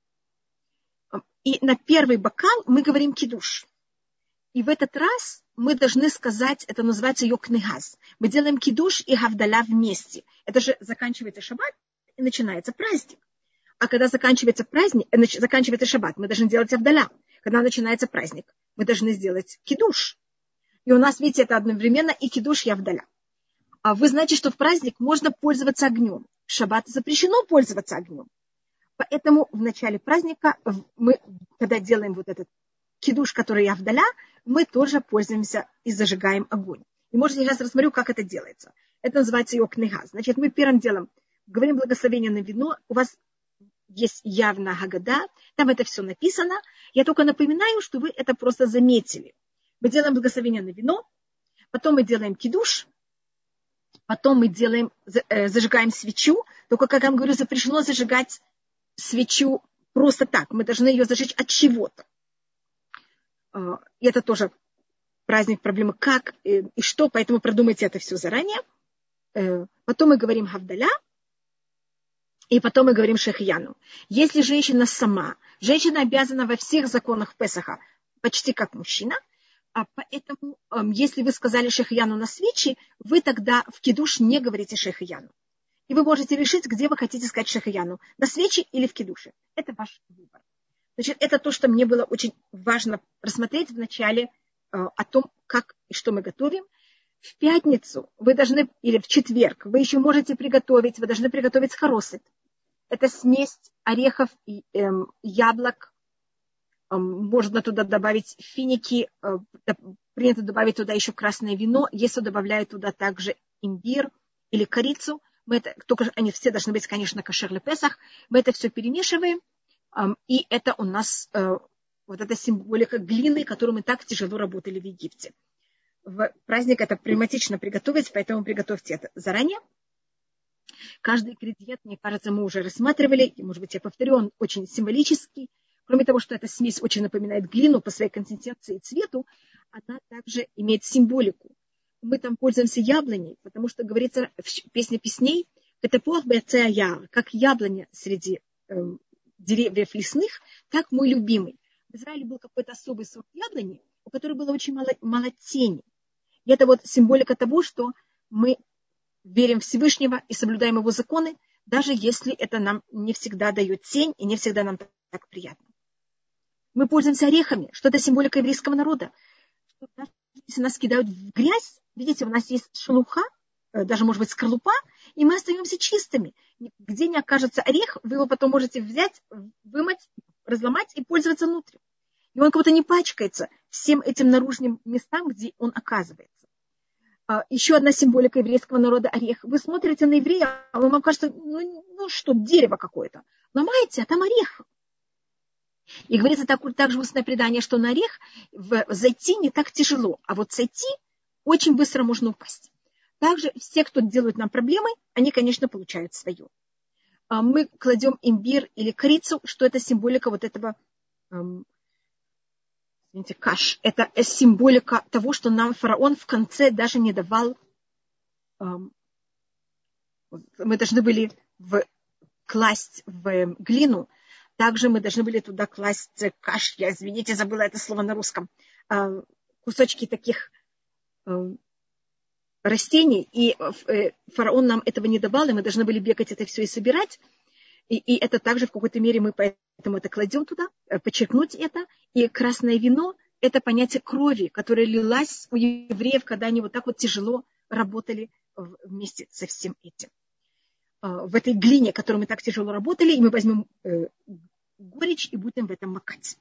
Speaker 1: И на первый бокал мы говорим кидуш. И в этот раз мы должны сказать, это называется йокнегаз. Мы делаем кидуш и гавдаля вместе. Это же заканчивается шаббат и начинается праздник. А когда заканчивается шаббат, мы должны делать гавдаля. Когда начинается праздник, мы должны сделать кидуш. И у нас, видите, это одновременно и кидуш, и гавдаля. А вы знаете, что в праздник можно пользоваться огнем. В шаббат запрещено пользоваться огнем. Поэтому в начале праздника мы, когда делаем вот этот кидуш, который гавдаля, мы тоже пользуемся и зажигаем огонь. И, может, я сейчас рассмотрю, как это делается. Это называется йокнегаз. Значит, мы первым делом говорим благословение на вино. У вас есть явно гагада, там это все написано. Я только напоминаю, что вы это просто заметили. Мы делаем благословение на вино, потом мы делаем кидуш, потом мы зажигаем свечу. Только, как я вам говорю, запрещено зажигать свечу просто так. Мы должны ее зажечь от чего-то. И это тоже праздник, проблемы как и что, поэтому продумайте это все заранее. Потом мы говорим гавдаля, и потом мы говорим шехияну. Если женщина сама, женщина обязана во всех законах Песаха, почти как мужчина, поэтому если вы сказали шехияну на свечи, вы тогда в кидуш не говорите шехияну. И вы можете решить, где вы хотите сказать шехияну, на свечи или в кидуше. Это ваш выбор. Значит, это то, что мне было очень важно рассмотреть в начале о том, как и что мы готовим. В пятницу вы должны, или в четверг, вы еще можете приготовить, вы должны приготовить харосет. Это смесь орехов и яблок. Можно туда добавить финики, принято добавить туда еще красное вино. Если добавляют туда также имбирь или корицу, только они все должны быть, конечно, кошер ле-песах. Мы это все перемешиваем. И это у нас вот эта символика глины, которую мы так тяжело работали в Египте. В праздник это прагматично приготовить, поэтому приготовьте это заранее. Каждый ингредиент, мне кажется, мы уже рассматривали, и, может быть, я повторю, он очень символический. Кроме того, что эта смесь очень напоминает глину по своей консистенции и цвету, она также имеет символику. Мы там пользуемся яблоней, потому что говорится в песне песней, это как яблоня среди деревьев лесных, так мой любимый. В Израиле был какой-то особый сорт яблони, у которой было очень мало тени. И это вот символика того, что мы верим в Всевышнего и соблюдаем его законы, даже если это нам не всегда дает тень и не всегда нам так приятно. Мы пользуемся орехами, что это символика еврейского народа. Что даже если нас кидают в грязь, видите, у нас есть шелуха, даже, может быть, скорлупа, и мы остаемся чистыми. Где не окажется орех, вы его потом можете взять, вымыть, разломать и пользоваться внутрь. И он как будто не пачкается. всем этим наружным местам, где он оказывается. Еще одна символика еврейского народа – орех. Вы смотрите на еврея, а вам кажется, ну что, дерево какое-то. Ломаете, а там орех. И говорится также устное предание, что на орех зайти не так тяжело, а вот сойти очень быстро можно упасть. Также все, кто делают нам проблемы, они, конечно, получают свое. Мы кладем имбирь или корицу, что это символика вот этого каш. Это символика того, что нам фараон в конце даже не давал. Мы должны были класть в глину. Также мы должны были туда класть каш. Я, извините, забыла это слово на русском. Кусочки таких растений. И фараон нам этого не давал, и мы должны были бегать это все и собирать. И это также в какой-то мере мы поэтому это кладем туда, подчеркнуть это. И красное вино – это понятие крови, которая лилась у евреев, когда они вот так вот тяжело работали вместе со всем этим. В этой глине, которой мы так тяжело работали, и мы возьмем горечь и будем в этом макать.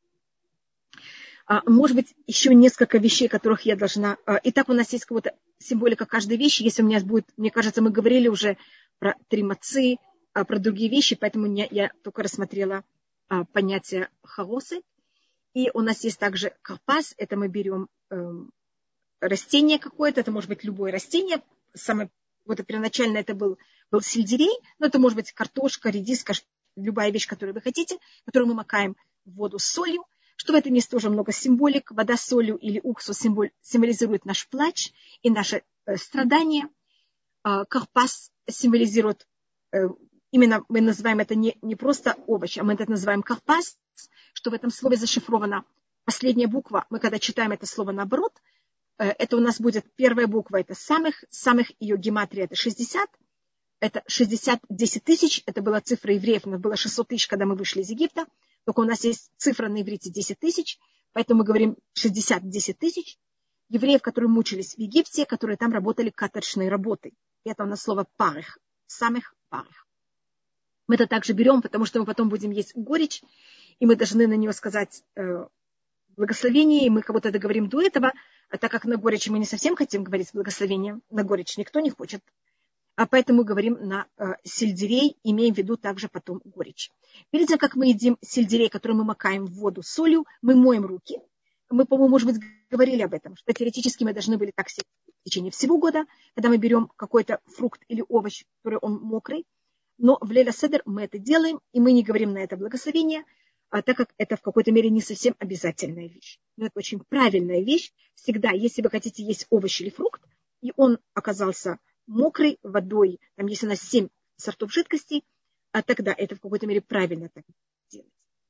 Speaker 1: Может быть, еще несколько вещей, которых я должна... Итак, у нас есть какая-то символика каждой вещи. Если у меня будет... Мне кажется, мы говорили уже про 3 мацы, про другие вещи, поэтому я только рассмотрела понятие хаосы. И у нас есть также карпас. Это мы берем растение какое-то. Это может быть любое растение. Вот первоначально это был сельдерей, но это может быть картошка, редиска, любая вещь, которую вы хотите, которую мы макаем в воду с солью. Что в этом есть тоже много символик. Вода с солью или уксус символизирует наш плач и наше страдание. Карпас символизирует, именно мы называем это не просто овощ, а мы это называем карпас, что в этом слове зашифрована последняя буква. Мы когда читаем это слово наоборот, это у нас будет первая буква, это самых ее гематрия, это 60. Это 60, 10 тысяч, это была цифра евреев, у нас было 600 тысяч, когда мы вышли из Египта, только у нас есть цифра на иврите 10 тысяч, поэтому мы говорим 60, 10 тысяч евреев, которые мучились в Египте, которые там работали каторжной работой. Это у нас слово парых, самых парых. Мы это также берем, потому что мы потом будем есть горечь, и мы должны на нее сказать благословение, и мы как будто это говорим до этого, а так как на горечь мы не совсем хотим говорить благословение, на горечь никто не хочет. А поэтому мы говорим на сельдерей, имеем в виду также потом горечь. Перед тем, как мы едим сельдерей, который мы макаем в воду с солью, мы моем руки. Мы, по-моему, может быть, говорили об этом, что теоретически мы должны были так сидеть в течение всего года, когда мы берем какой-то фрукт или овощ, который он мокрый. Но в Лейла Седер мы это делаем, и мы не говорим на это благословение, так как это в какой-то мере не совсем обязательная вещь. Но это очень правильная вещь. Всегда, если вы хотите есть овощ или фрукт, и он оказался мокрой водой, там есть у нас 7 сортов жидкостей, а тогда это в какой-то мере правильно так делать.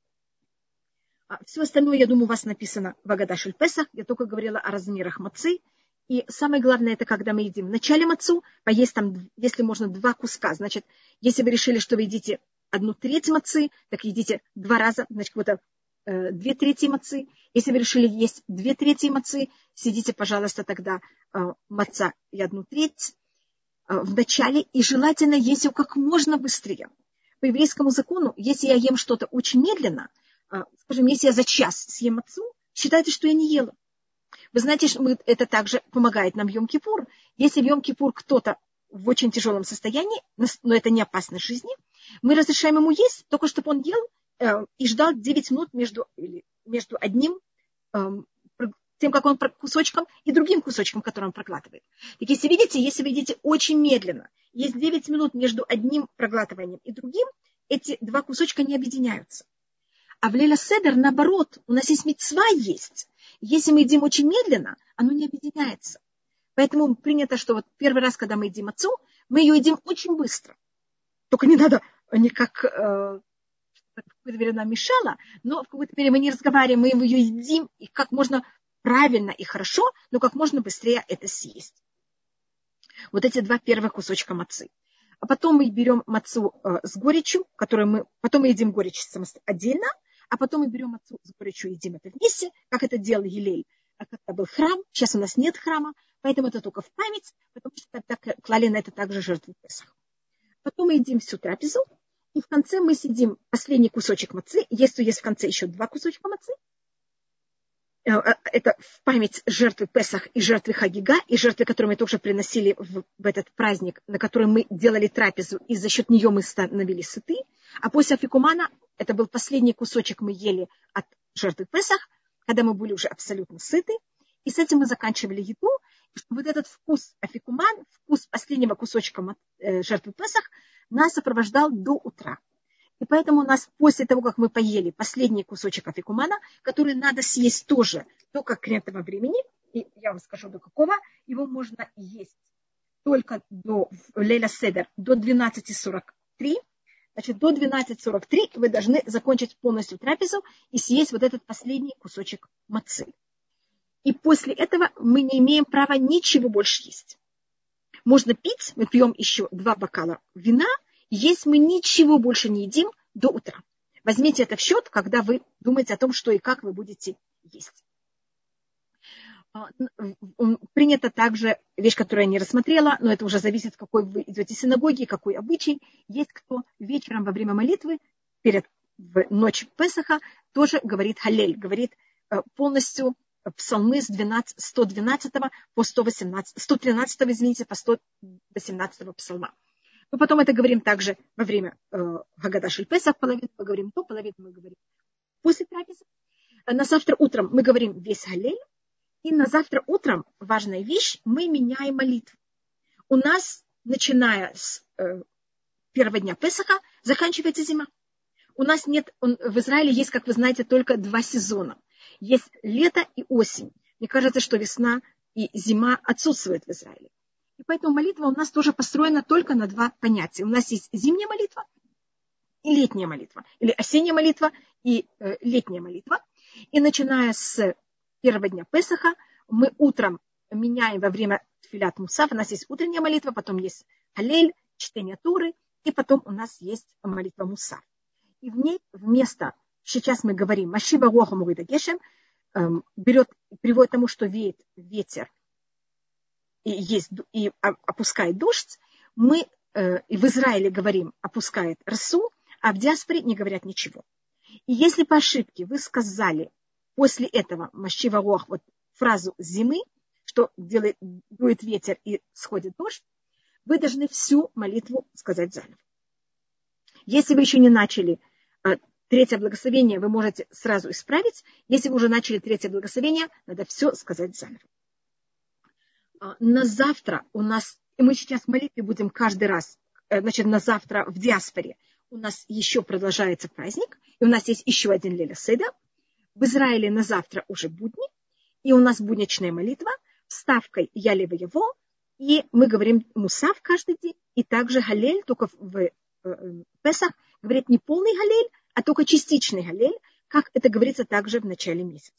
Speaker 1: Все остальное, я думаю, у вас написано в Агада шель Песах. Я только говорила о размерах мацы. И самое главное, это когда мы едим в начале мацу, поесть там, если можно, 2 куска. Значит, если вы решили, что вы едите 1/3 мацы, так едите 2 раза, значит, какое-то 2/3 мацы. Если вы решили есть 2/3 мацы, сидите, пожалуйста, тогда маца и 1/3 в начале, и желательно есть его как можно быстрее. По еврейскому закону, если я ем что-то очень медленно, скажем, если я за час съем мацу, считайте, что я не ела. Вы знаете, что это также помогает нам в Йом-Кипур. Если в Йом-Кипур кто-то в очень тяжелом состоянии, но это не опасно жизни, мы разрешаем ему есть, только чтобы он ел и ждал 9 минут между одним тем, как он кусочком, и другим кусочком, который он проглатывает. Так если вы едите очень медленно, есть 9 минут между одним проглатыванием и другим, эти 2 кусочка не объединяются. А в Лейла Седер, наоборот, у нас есть мицва есть. Если мы едим очень медленно, оно не объединяется. Поэтому принято, что вот первый раз, когда мы едим мацу, мы ее едим очень быстро. Только не надо, не как в какой-то мере нам мешало, но в какой-то мере мы не разговариваем, мы ее едим, и как можно правильно и хорошо, но как можно быстрее это съесть. Вот эти 2 первых кусочка мацы. А потом мы берем мацу с горечью, потом мы едим горечь отдельно, а потом мы берем мацу с горечью и едим это вместе, как это делал Елель, когда был храм. Сейчас у нас нет храма, поэтому это только в память, потому что тогда клали на это также жертву Песах. Потом мы едим всю трапезу, и в конце мы съедим последний кусочек мацы, если есть в конце еще 2 кусочка мацы. это в память жертвы Песах и жертвы Хагига, и жертвы, которые мы тоже приносили в этот праздник, на который мы делали трапезу, и за счет нее мы становились сыты. А после афикумана, это был последний кусочек, мы ели от жертвы Песах, когда мы были уже абсолютно сыты, и с этим мы заканчивали еду. И вот этот вкус афикуман, вкус последнего кусочка жертвы Песах, нас сопровождал до утра. И поэтому у нас после того, как мы поели последний кусочек афикумана, который надо съесть тоже до конкретного времени, и я вам скажу до какого, его можно есть только до Лейла Седер, до 12:43. Значит, до 12:43 вы должны закончить полностью трапезу и съесть вот этот последний кусочек мацы. И после этого мы не имеем права ничего больше есть. Можно пить, мы пьем еще 2 бокала вина, есть мы ничего больше не едим до утра. Возьмите это в счет, когда вы думаете о том, что и как вы будете есть. Принято также вещь, которую я не рассмотрела, но это уже зависит, какой вы идете в синагоге, какой обычай. Есть кто вечером во время молитвы, в ночь Песаха, тоже говорит Халель, говорит полностью псалмы с 112 по 118, 113, извините, по 118 псалма. Мы потом это говорим также во время Хагада Шель Песах, половину мы говорим то, половину мы говорим после трапезы. На завтра утром мы говорим весь Халель, и на завтра утром, важная вещь, мы меняем молитву. У нас, начиная с первого дня Песаха, заканчивается зима. У нас нет, в Израиле есть, как вы знаете, только 2 сезона. Есть лето и осень. Мне кажется, что весна и зима отсутствуют в Израиле. И поэтому молитва у нас тоже построена только на 2 понятия. У нас есть зимняя молитва и летняя молитва. Или осенняя молитва и летняя молитва. И начиная с первого дня Песаха, мы утром меняем во время тфилят мусав. У нас есть утренняя молитва, потом есть халель, чтение Торы, и потом у нас есть молитва мусав. И в ней вместо, сейчас мы говорим, машиба руаха мурида гешем, приводит к тому, что веет ветер, и опускает дождь, мы в Израиле говорим опускает росу, а в диаспоре не говорят ничего. И если по ошибке вы сказали после этого машива руах, вот фразу зимы, что дует ветер и сходит дождь, вы должны всю молитву сказать заново. Если вы еще не начали 3 благословение, вы можете сразу исправить. Если вы уже начали 3 благословение, надо все сказать заново. На завтра у нас, и мы сейчас в молитве будем каждый раз, значит, на завтра в диаспоре у нас еще продолжается праздник, и у нас есть еще один Лейла Седер. В Израиле на завтра уже будни, и у нас будничная молитва с ставкой Ялева Яво, и мы говорим мусав каждый день, и также Халель, только в Песах говорит не полный Халель, а только частичный Халель, как это говорится также в начале месяца.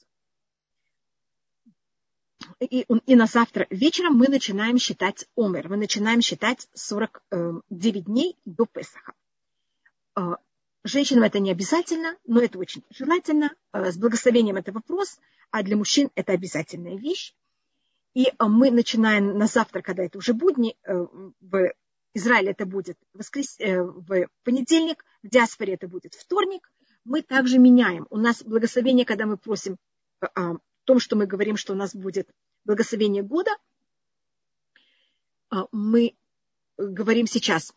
Speaker 1: И на завтра вечером мы начинаем считать Омер. Мы начинаем считать 49 дней до Песаха. Женщинам это не обязательно, но это очень желательно. С благословением это вопрос, а для мужчин это обязательная вещь. И мы начинаем на завтра, когда это уже будни, в Израиле это будет в понедельник, в диаспоре это будет вторник. Мы также меняем. У нас благословение, когда мы просим о том, что мы говорим, что у нас будет благословение года, мы говорим сейчас,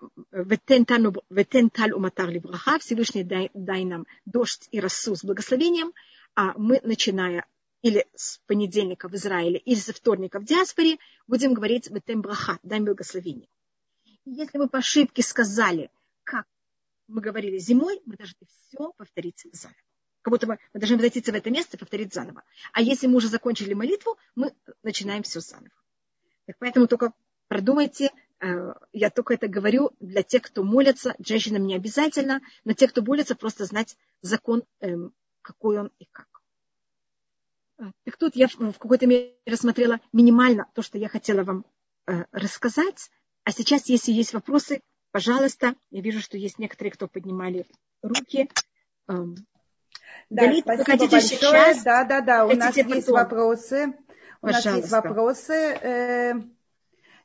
Speaker 1: Всевышний дай нам дождь и росу с благословением, а мы, начиная или с понедельника в Израиле, или со вторника в диаспоре, будем говорить ветен браха, дай благословение. Если мы по ошибке сказали, как мы говорили зимой, мы должны все повторить заново. Как будто мы должны возвратиться в это место и повторить заново. А если мы уже закончили молитву, мы начинаем все заново. Так поэтому только продумайте, я только это говорю для тех, кто молится, женщинам не обязательно, но те, кто молится, просто знать закон, какой он и как. Так тут я в какой-то мере рассмотрела минимально то, что я хотела вам рассказать. А сейчас, если есть вопросы, пожалуйста. Я вижу, что есть некоторые, кто поднимали руки.
Speaker 2: Да,
Speaker 1: Галит,
Speaker 2: спасибо
Speaker 1: вы хотите
Speaker 2: большое.
Speaker 1: сейчас?
Speaker 2: Да, у нас
Speaker 1: Хотите
Speaker 2: есть
Speaker 1: потом?
Speaker 2: вопросы. У нас есть вопросы.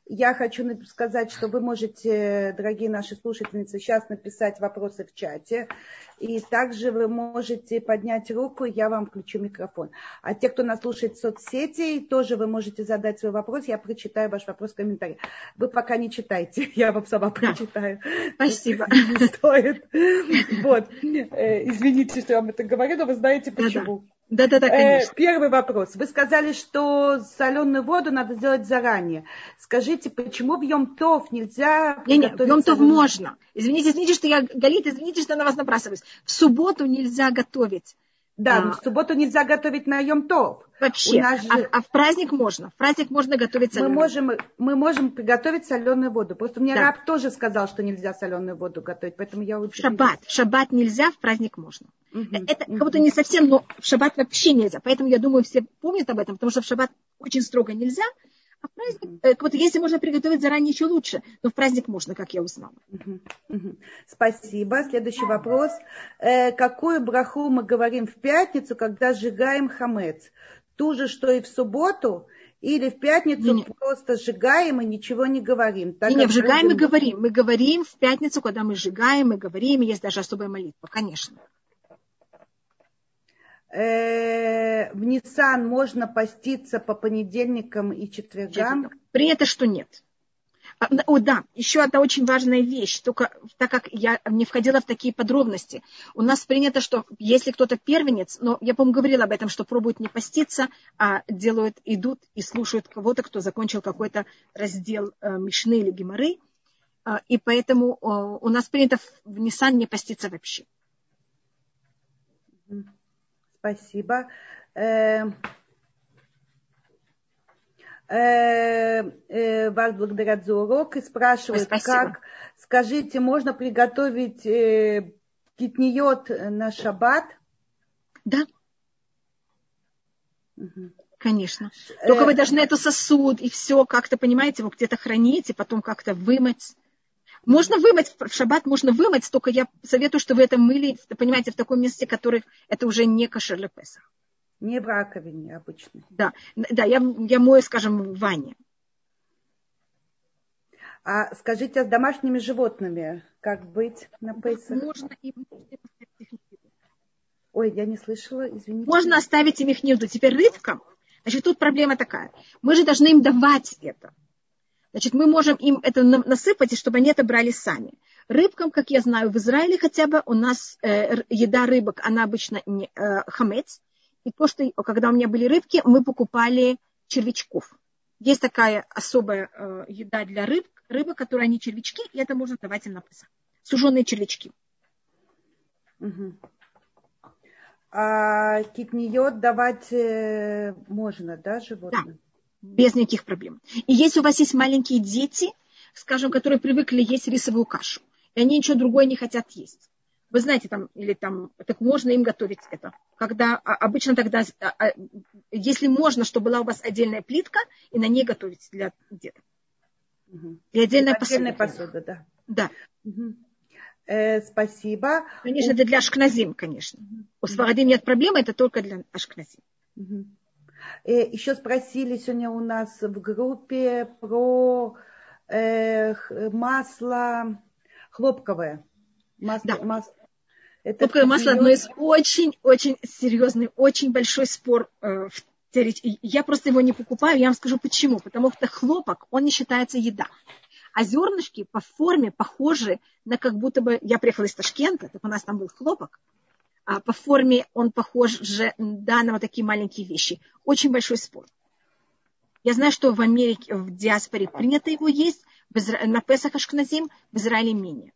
Speaker 2: Я хочу сказать, что вы можете, дорогие наши слушательницы, сейчас написать вопросы в чате. И также вы можете поднять руку, и я вам включу микрофон. А те, кто нас слушает в соцсети, тоже вы можете задать свой вопрос. Я прочитаю ваш вопрос в комментарии. Вы пока не читайте, я вам сама прочитаю.
Speaker 1: Спасибо.
Speaker 2: Не стоит. Вот. Извините, что я вам это говорю, но вы знаете почему.
Speaker 1: Да, конечно.
Speaker 2: Первый вопрос. Вы сказали, что соленую воду надо сделать заранее. Скажите, почему в Йом-Тов нельзя
Speaker 1: Нет, в Йом-Тов можно. Извините, что я, Галит, извините, что я на вас набрасываюсь. В субботу нельзя готовить.
Speaker 2: Да, в субботу нельзя готовить на Йом-Тов.
Speaker 1: Вообще. А в праздник можно. В праздник можно готовить соленую.
Speaker 2: Мы можем приготовить соленую воду. Просто мне раб тоже сказал, что нельзя соленую воду готовить. Поэтому я
Speaker 1: в шаббат нельзя, в праздник можно. Это как будто не совсем, но в шаббат вообще нельзя. Поэтому я думаю, все помнят об этом, потому что в шаббат очень строго нельзя. А в праздник, как будто если можно приготовить заранее, еще лучше. Но в праздник можно, как я узнала.
Speaker 2: Спасибо. Следующий вопрос. Какую браху мы говорим в пятницу, когда сжигаем хамец? Ту же, что и в субботу? Или в пятницу просто сжигаем и ничего не говорим?
Speaker 1: Нет, сжигаем и говорим. Мы говорим в пятницу, когда мы сжигаем, мы говорим. Есть даже особая молитва, конечно.
Speaker 2: В Нисан можно поститься по понедельникам и четвергам?
Speaker 1: Принято, что нет. Да, еще одна очень важная вещь, только так как я не входила в такие подробности. У нас принято, что если кто-то первенец, но я, по-моему, говорила об этом, что пробуют не поститься, а идут и слушают кого-то, кто закончил какой-то раздел Мишны или Гемары, и поэтому у нас принято в Нисан не поститься вообще.
Speaker 2: Спасибо. Вас благодарят за урок и спрашивают, как, скажите, можно приготовить китниот на шаббат?
Speaker 1: Да. Конечно. Только вы должны это сосуд и все как-то, понимаете, его где-то хранить и потом как-то вымыть. Можно вымыть, в шаббат можно вымыть, только я советую, что вы это мыли, понимаете, в таком месте, которое это уже не кошер для Песах.
Speaker 2: Не в раковине обычно.
Speaker 1: Да, я мою, скажем, в ванне.
Speaker 2: А скажите, а с домашними животными как быть на Песах?
Speaker 1: Можно им...
Speaker 2: Ой, я не слышала, извините.
Speaker 1: Можно оставить им их не жду. Теперь рыбкам, значит, тут проблема такая. Мы же должны им давать это. Значит, мы можем им это насыпать, чтобы они это брали сами. Рыбкам, как я знаю, в Израиле хотя бы у нас еда рыбок, она обычно не хамец. И то, что когда у меня были рыбки, мы покупали червячков. Есть такая особая еда для рыбы, которая они червячки, и это можно давать им на Песах. Суженые червячки.
Speaker 2: Угу. А китниот давать можно, да, животным?
Speaker 1: Да, без никаких проблем. И если у вас есть маленькие дети, скажем, которые привыкли есть рисовую кашу, и они ничего другое не хотят есть. Вы знаете, так можно им готовить это. Когда обычно тогда, если можно, чтобы была у вас отдельная плитка, и на ней готовить для деток.
Speaker 2: Угу.
Speaker 1: И отдельная
Speaker 2: посуда, да.
Speaker 1: Да.
Speaker 2: Угу. Спасибо.
Speaker 1: Конечно, это для ашкназим, конечно. У сфарадим нет проблемы, это только для ашкназим.
Speaker 2: Угу. Еще спросили сегодня у нас в группе про масло хлопковое.
Speaker 1: Хлопковое масло одно из очень-очень серьезный, очень большой спор в теории. Я просто его не покупаю, я вам скажу почему. Потому что хлопок, он не считается еда. А зернышки по форме похожи на как будто бы... Я приехала из Ташкента, так у нас там был хлопок. А по форме он похож же, да, на вот такие маленькие вещи. Очень большой спор. Я знаю, что в Америке, в диаспоре принято его есть, на Песах ашкназим, в Израиле менее.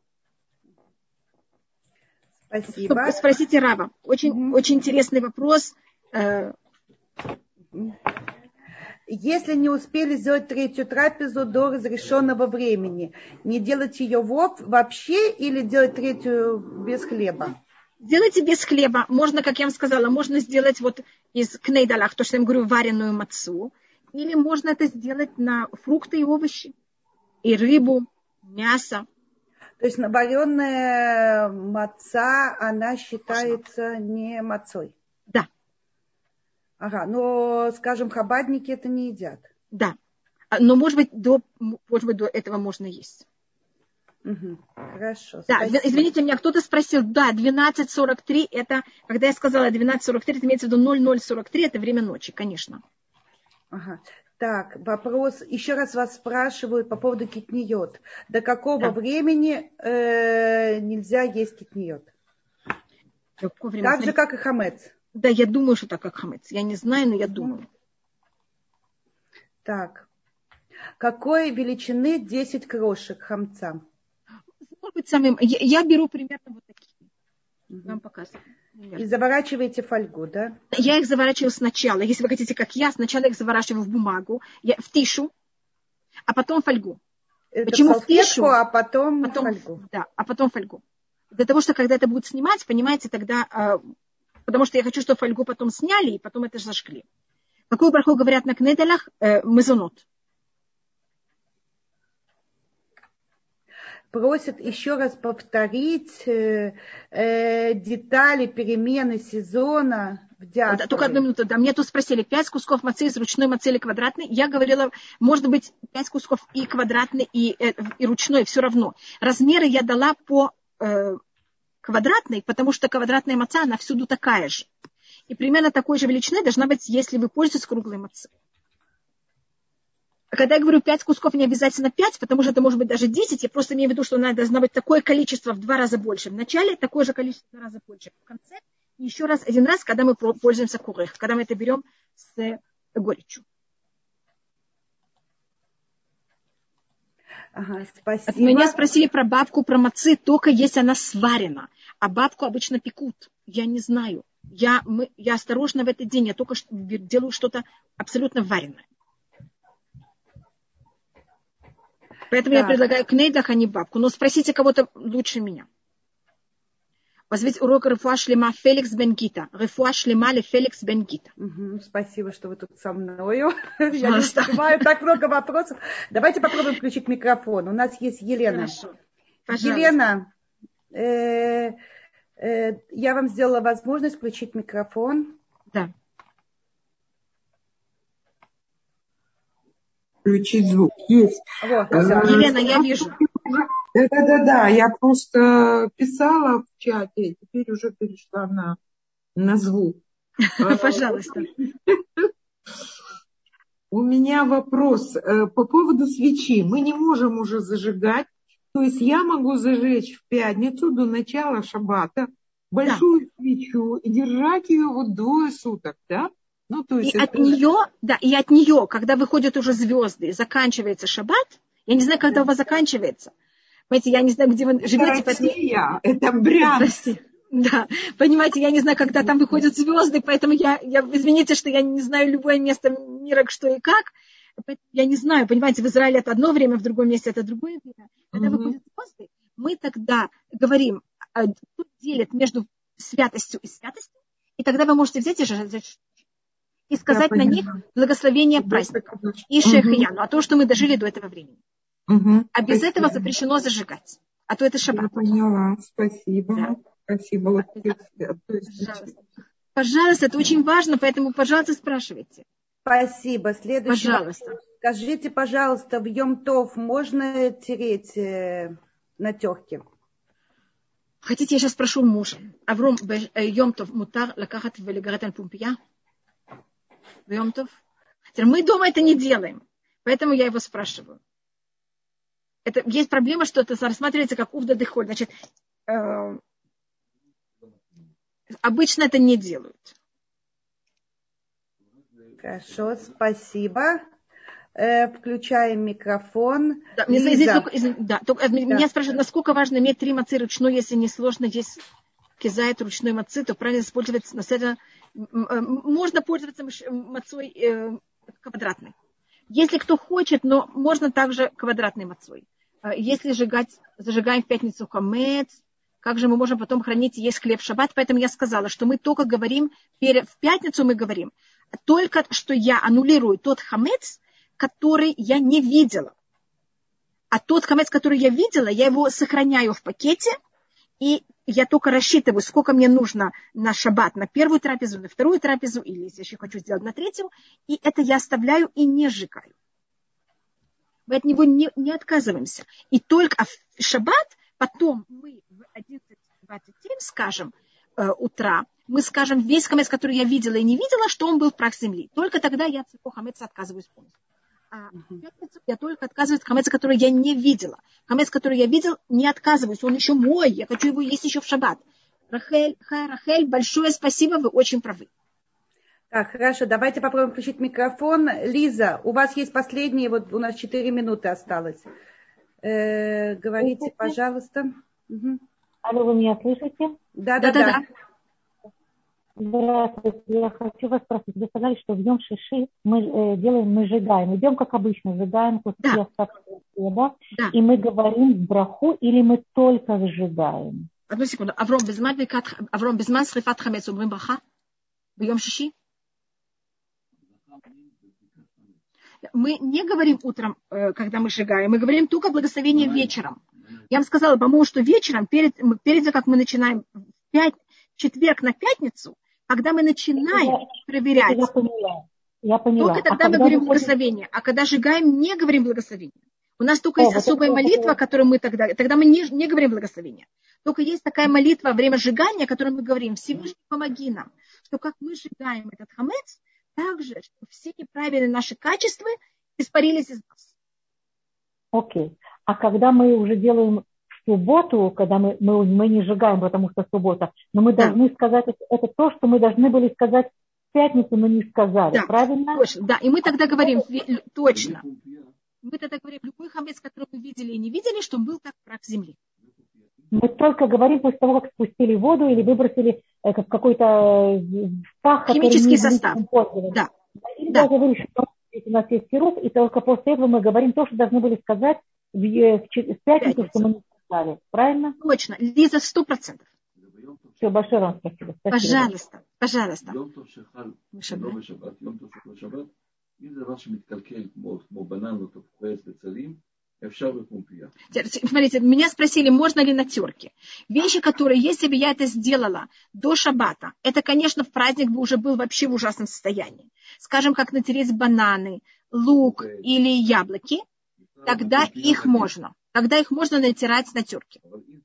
Speaker 2: Спасибо.
Speaker 1: Спросите раба. Очень интересный вопрос.
Speaker 2: Если не успели сделать третью трапезу до разрешенного времени, не делать ее вообще или делать третью без хлеба?
Speaker 1: Делайте без хлеба. Можно, как я вам сказала, можно сделать вот из кнейдалах, то, что я вам говорю, вареную мацу. Или можно это сделать на фрукты и овощи. И рыбу, мясо.
Speaker 2: То есть вареная маца, она считается не мацой?
Speaker 1: Да.
Speaker 2: Ага, но, скажем, хабадники это не едят.
Speaker 1: Да. Но, может быть, до этого можно есть.
Speaker 2: Угу. Хорошо.
Speaker 1: Да,
Speaker 2: спасибо.
Speaker 1: извините меня, кто-то спросил, да, 12:43, это, когда я сказала 12:43, это имеется в виду 00:43, это время ночи, конечно.
Speaker 2: Ага. Так, вопрос, еще раз вас спрашивают по поводу китниот. До какого времени нельзя есть китниот? Так же, как и хамец.
Speaker 1: Да, я думаю, что так, как хамец. Я не знаю, но я думаю.
Speaker 2: Так. Какой величины 10 крошек хамца?
Speaker 1: Может быть, самым... Я беру примерно вот такие. Я вам показываю.
Speaker 2: И заворачиваете фольгу, да?
Speaker 1: Я их заворачиваю сначала. Если вы хотите, как я, сначала их заворачиваю в бумагу, в тишу, а потом в фольгу.
Speaker 2: Это
Speaker 1: почему
Speaker 2: в салфетку,
Speaker 1: в тишу?
Speaker 2: А потом фольгу.
Speaker 1: Да, а потом фольгу. Для того, что когда это будут снимать, понимаете, тогда... потому что я хочу, чтобы фольгу потом сняли, и потом это зажгли. Какую браху говорят на кнеделях? Мезонот.
Speaker 2: Просят еще раз повторить детали перемены сезона в диаспоре.
Speaker 1: Да, только одну минуту. Да, мне тут спросили, 5 кусков мацы из ручной мацы или квадратной. Я говорила, может быть, 5 кусков и квадратной, и ручной, все равно. Размеры я дала по квадратной, потому что квадратная маца, она всюду такая же. И примерно такой же величины должна быть, если вы пользуетесь круглой мацей. А когда я говорю 5 кусков, не обязательно 5, потому что это может быть даже 10, я просто имею в виду, что она должна быть такое количество в 2 раза больше. В начале такое же количество в 2 раза больше. В конце еще раз, один раз, когда мы пользуемся курех, когда мы это берем с горечью.
Speaker 2: Ага, спасибо.
Speaker 1: Меня спросили про бабку, про мацы, только если она сварена. А бабку обычно пекут. Я не знаю. Я осторожна в этот день. Я только делаю что-то абсолютно вареное. Поэтому я предлагаю кнейдах, а не бабку. Но спросите кого-то лучше меня. У вас ведь урок Рефуа Шлема Феликс Бен Гита. Рефуа Шлема ли Феликс Бен Гита.
Speaker 2: Спасибо, что вы тут со мною. Я не успеваю, так много вопросов. Давайте попробуем включить микрофон. У нас есть Елена.
Speaker 1: Хорошо.
Speaker 2: Елена, я вам сделала возможность включить микрофон.
Speaker 1: Да.
Speaker 3: Включить звук. Есть.
Speaker 2: Вот,
Speaker 1: Елена, я вижу.
Speaker 3: Да, я просто писала в чате, теперь уже перешла на звук.
Speaker 1: Пожалуйста.
Speaker 3: У меня вопрос по поводу свечи. Мы не можем уже зажигать. То есть я могу зажечь в пятницу до начала шаббата большую свечу и держать ее вот 2 суток, да? Ну, то есть
Speaker 1: от нее, когда выходят уже звезды, заканчивается шаббат, я не знаю, когда у вас заканчивается. Понимаете, я не знаю, где вы живете.
Speaker 3: Россия, это Брянск.
Speaker 1: Да, понимаете, я не знаю, когда там выходят звезды, поэтому я извините, что я не знаю любое место мира, что и как. Я не знаю, понимаете, в Израиле это одно время, в другом месте это другое время. Когда выходят звезды, мы тогда говорим, тут делят между святостью и святостью, и тогда вы можете взять и сказать на них благословение праздника и шехияну, а то, что мы дожили до этого времени. А без этого запрещено зажигать. А то это шаббат.
Speaker 3: Я поняла. Спасибо. Да. Спасибо.
Speaker 1: Пожалуйста, это очень важно, поэтому, пожалуйста, спрашивайте.
Speaker 2: Спасибо. Следующий
Speaker 1: пожалуйста.
Speaker 2: Вопрос. Скажите, пожалуйста, в Йом-Тов можно тереть на терке?
Speaker 1: Хотите, я сейчас спрошу мужа. Авром, Йом-Тов мутар лакахат велигаратан пумпия? В Йом-Тов? Мы дома это не делаем, поэтому я его спрашиваю. Есть проблема, что это рассматривается как увда дехоль. Значит, обычно это не делают.
Speaker 2: Хорошо, спасибо. Включаем микрофон.
Speaker 1: Да, меня спрашивают, насколько важно иметь 3 мацы ручной, если не сложно есть кизайт ручной мацы, то правильно использовать можно пользоваться мацой квадратной. Если кто хочет, но можно также квадратной мацой. Если зажигаем в пятницу хамец, как же мы можем потом хранить и есть хлеб в шаббат? Поэтому я сказала, что мы только говорим, в пятницу мы говорим, только что я аннулирую тот хамец, который я не видела. А тот хамец, который я видела, я его сохраняю в пакете, и я только рассчитываю, сколько мне нужно на шаббат, на 1-ю трапезу, на 2-ю трапезу, или если я еще хочу сделать на 3-ю, и это я оставляю и не сжигаю. Мы от него не отказываемся. И только в шаббат, потом мы в 11:27 скажем утра, мы скажем весь хамец, который я видела и не видела, что он был в прах земли. Только тогда я от своего хамеца отказываюсь полностью. А в пятницу я только отказываюсь от хамеца, который я не видела. Хамец, который я видел, не отказываюсь. Он еще мой. Я хочу его есть еще в шаббат. Рахель, большое спасибо, вы очень правы.
Speaker 2: Так, хорошо, давайте попробуем включить микрофон. Лиза, у вас есть последние, вот у нас 4 минуты осталось. Говорите, пожалуйста. Угу.
Speaker 4: Алло, вы меня слышите?
Speaker 2: Да.
Speaker 4: Здравствуйте, я хочу вас спросить. Вы сказали, что в Йом Шиши мы сжигаем. Идем, как обычно, сжигаем куски остатков хлеба, и мы говорим браху, или мы только сжигаем?
Speaker 1: Одну секунду. Авром безман срифат хамец умрим браха в Йом Шиши? Мы не говорим утром, когда мы сжигаем, мы говорим только благословение вечером. Я вам сказала, по-моему, что вечером, перед тем, как мы начинаем в четверг на пятницу, когда мы начинаем проверять,
Speaker 4: я поняла.
Speaker 1: только тогда мы говорим благословение. А когда сжигаем, не говорим благословение. У нас только есть особая молитва, которую мы тогда мы не говорим благословение. Только есть такая молитва во время сжигания, которую мы говорим: Всевышний, помоги нам, что как мы сжигаем этот хамец, так же, чтобы все неправильные наши качества испарились из нас.
Speaker 4: Окей. А когда мы уже делаем в субботу, когда мы не сжигаем, потому что суббота, но мы должны сказать, это то, что мы должны были сказать в пятницу, но не сказали, правильно?
Speaker 1: Точно, да. И мы тогда говорим, точно. Мы тогда говорим, любой хамец, который мы видели и не видели, что он был как прах земли.
Speaker 4: Мы только говорим после того, как спустили воду или выбросили какой-то пах,
Speaker 1: химический состав.
Speaker 4: Да. Или даже говоришь, что у нас есть сироп, и только после этого мы говорим то, что должны были сказать в пятницу, что мы не сказали. Правильно?
Speaker 1: Точно. Лиза, 100%.
Speaker 4: Все, большое вам спасибо.
Speaker 1: Пожалуйста. Смотрите, меня спросили, можно ли на терке. Вещи, которые, если бы я это сделала до шаббата, это, конечно, в праздник бы уже был вообще в ужасном состоянии. Скажем, как натереть бананы, лук или яблоки, тогда их можно. Тогда их можно натирать на терке.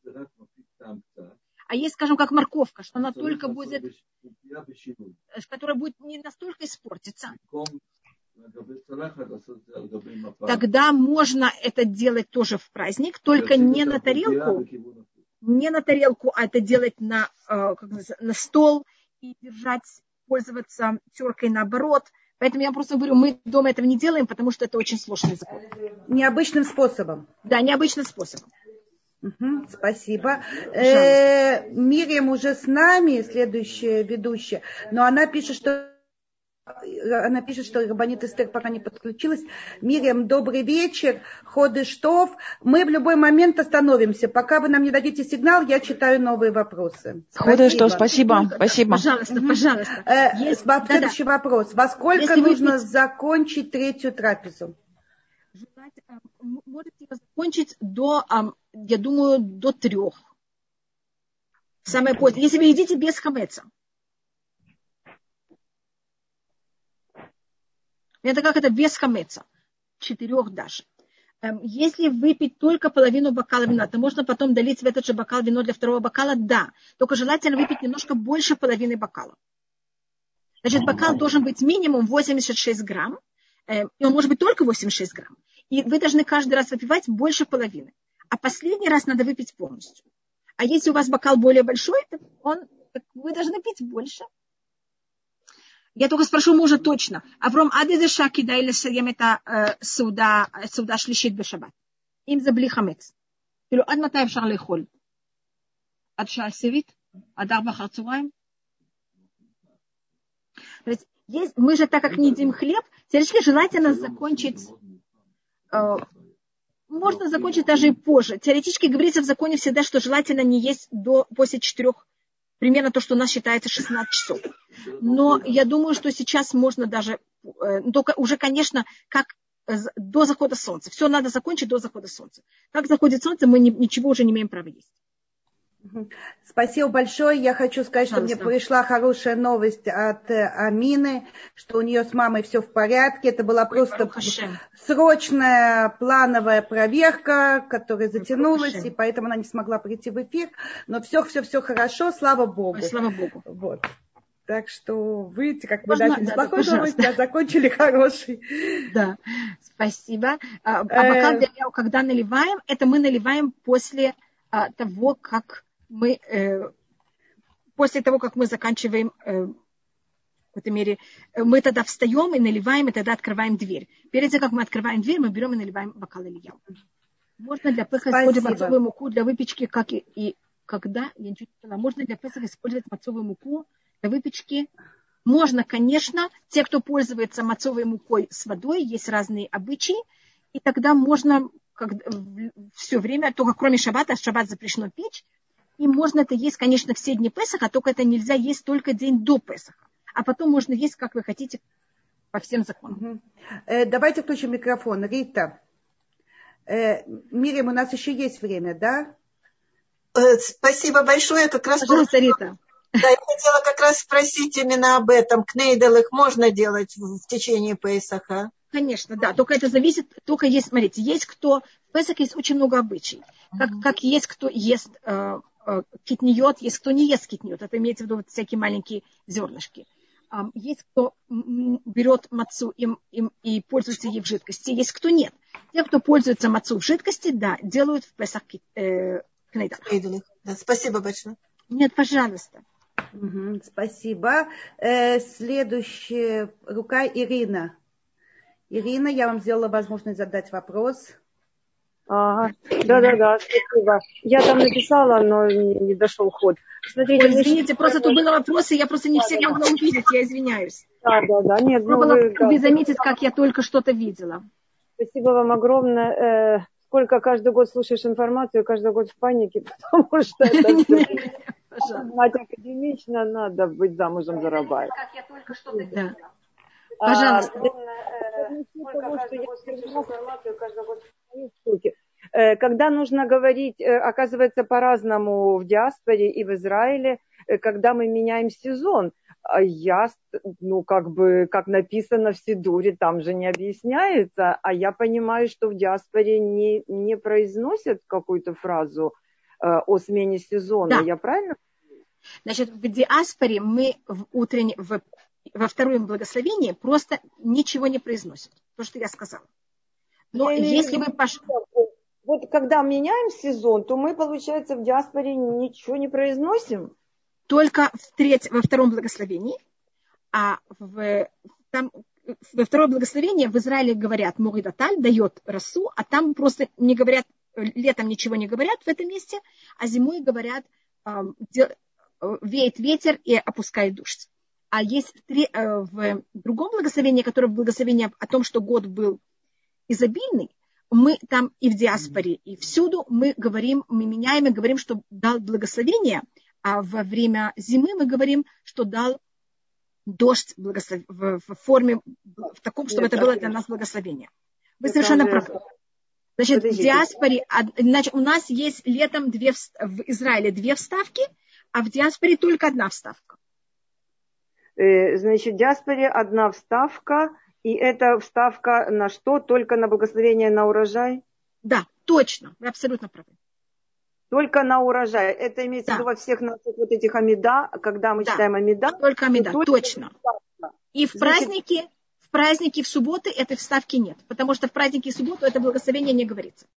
Speaker 1: А есть, скажем, как морковка, что она только будет, которая будет не настолько испортиться. Тогда можно это делать тоже в праздник, только не на тарелку, а это делать на стол и держать, пользоваться теркой наоборот. Поэтому я просто говорю, мы дома этого не делаем, потому что это очень сложный закон.
Speaker 2: Необычным способом.
Speaker 1: Да, необычным способом.
Speaker 2: Угу, спасибо. Мирьям уже с нами, следующая ведущая, но она пишет, что Рабанит Эстер пока не подключилась. Мирьям, добрый вечер. Ходыш тов. Мы в любой момент остановимся. Пока вы нам не дадите сигнал, я читаю новые вопросы.
Speaker 5: Ходыш тов, спасибо.
Speaker 1: Пожалуйста.
Speaker 2: Следующий вопрос. Во сколько нужно закончить третью трапезу?
Speaker 1: Можете ее закончить я думаю, до 3. Самое позднее. Если вы едите без хамеца. Это как это без хамеца. 4 даже. Если выпить только половину бокала вина, то можно потом долить в этот же бокал вино для второго бокала? Да. Только желательно выпить немножко больше половины бокала. Значит, бокал должен быть минимум 86 грамм. И он может быть только 86 грамм. И вы должны каждый раз выпивать больше половины. А последний раз надо выпить полностью. А если у вас бокал более большой, то вы должны пить больше. Я только спрошу мужа точно. Авром, аде шаки дай лесаем это суда шлишит бешаббат. Им за бли хамец. כאילו, עד מתי אפשר לאכול? עד שעה עשירית? עד 4 אחר הצהריים? Мы же, так как не едим хлеб, теоретически желательно закончить, можно закончить даже и позже. Теоретически говорится в законе всегда, что желательно не есть после 4, примерно то, что у нас считается 16 часов. Но я думаю, что сейчас можно даже, только уже, конечно, как до захода солнца. Все надо закончить до захода солнца. Как заходит солнце, мы ничего уже не имеем права есть.
Speaker 2: Спасибо большое. Я хочу сказать, что мне пришла хорошая новость от Амины, что у нее с мамой все в порядке. Это была просто срочная плановая проверка, которая затянулась, и поэтому она не смогла прийти в эфир. Но все хорошо, слава Богу.
Speaker 1: Слава Богу.
Speaker 2: Вот. Так что вы, как бы, начали с плохой новости, а закончили хороший.
Speaker 1: Да, спасибо. А бокал когда наливаем, это мы наливаем после того, как мы заканчиваем, в какой-то мере, мы тогда встаем и наливаем, и тогда открываем дверь. Перед тем, как мы открываем дверь, мы берем и наливаем бокал Элияу. Можно для Песаха использовать мацовую муку для выпечки, как и когда, я ничего не поняла, можно для Песаха использовать мацовую муку для выпечки. Можно, конечно, те, кто пользуется мацовой мукой с водой, есть разные обычаи, и тогда можно все время, только кроме шаббата, шаббат запрещено печь, и можно это есть, конечно, все дни Песаха, только это нельзя есть только день до Песаха. А потом можно есть, как вы хотите, по всем законам.
Speaker 2: Давайте включим микрофон. Рита. Мирим, у нас еще есть время, да?
Speaker 5: Спасибо большое. Как раз
Speaker 1: пожалуйста, Рита.
Speaker 5: Да, я хотела как раз спросить именно об этом. Кнейдел их можно делать в течение Песаха?
Speaker 1: Конечно, да. Только это зависит, только есть, смотрите, есть кто, в Песах есть очень много обычаев. Как есть кто ест китниот, есть кто не ест китниот. Это имеется в виду вот всякие маленькие зернышки. Есть кто берет мацу и пользуется ей в жидкости, есть кто нет. Те, кто пользуется мацу в жидкости, да, делают в Песах кнейдел.
Speaker 5: Да, спасибо большое.
Speaker 1: Нет, пожалуйста.
Speaker 2: Спасибо. Следующая рука Ирина. Ирина, я вам сделала возможность задать вопрос.
Speaker 6: Ага. Да, спасибо. Я там написала, но не дошел ход.
Speaker 1: Смотрите, извините, просто тут были вопросы, я просто не всех могла увидеть, я извиняюсь.
Speaker 6: Да. Нет,
Speaker 1: вы заметите, как я только что-то видела.
Speaker 6: Спасибо вам огромное. Сколько каждый год слушаешь информацию, каждый год в панике, потому что это мать академично, надо быть замужем за раба.
Speaker 1: Как я только что видела. Пожалуйста.
Speaker 6: Когда нужно говорить, оказывается, по-разному в диаспоре и в Израиле, когда мы меняем сезон. Как написано в Сидуре, там же не объясняется, а я понимаю, что в диаспоре не произносят какую-то фразу о смене сезона.
Speaker 1: Да.
Speaker 6: Я правильно?
Speaker 1: Значит, в диаспоре мы во втором благословении просто ничего не произносят. То, что я сказала. Но если вы пошли...
Speaker 6: Вот когда меняем сезон, то мы, получается, в диаспоре ничего не произносим.
Speaker 1: Только во втором благословении. А во второе благословение в Израиле говорят Моридаталь, дает росу, а там просто не говорят, летом ничего не говорят в этом месте, а зимой говорят, веет ветер и опускает дождь. А есть в другом благословении, которое благословение о том, что год был изобильный, мы там и в диаспоре, и всюду мы меняем и говорим, что дал благословение, а во время зимы мы говорим, что дал дождь в форме, в таком, чтобы это было для нас благословение. Вы совершенно правы. Значит, в диаспоре, значит, у нас есть летом в Израиле 2 вставки, а в диаспоре только 1 вставка.
Speaker 6: Значит, в диаспоре 1 вставка, и эта вставка на что? Только на благословение на урожай?
Speaker 1: Да, точно, вы абсолютно правы.
Speaker 6: Только на урожай. Это имеется в виду во всех наших вот этих амида, когда мы читаем амида.
Speaker 1: Только амида, точно. И в праздники, в субботы этой вставки нет, потому что в праздники и субботу это благословение не говорится.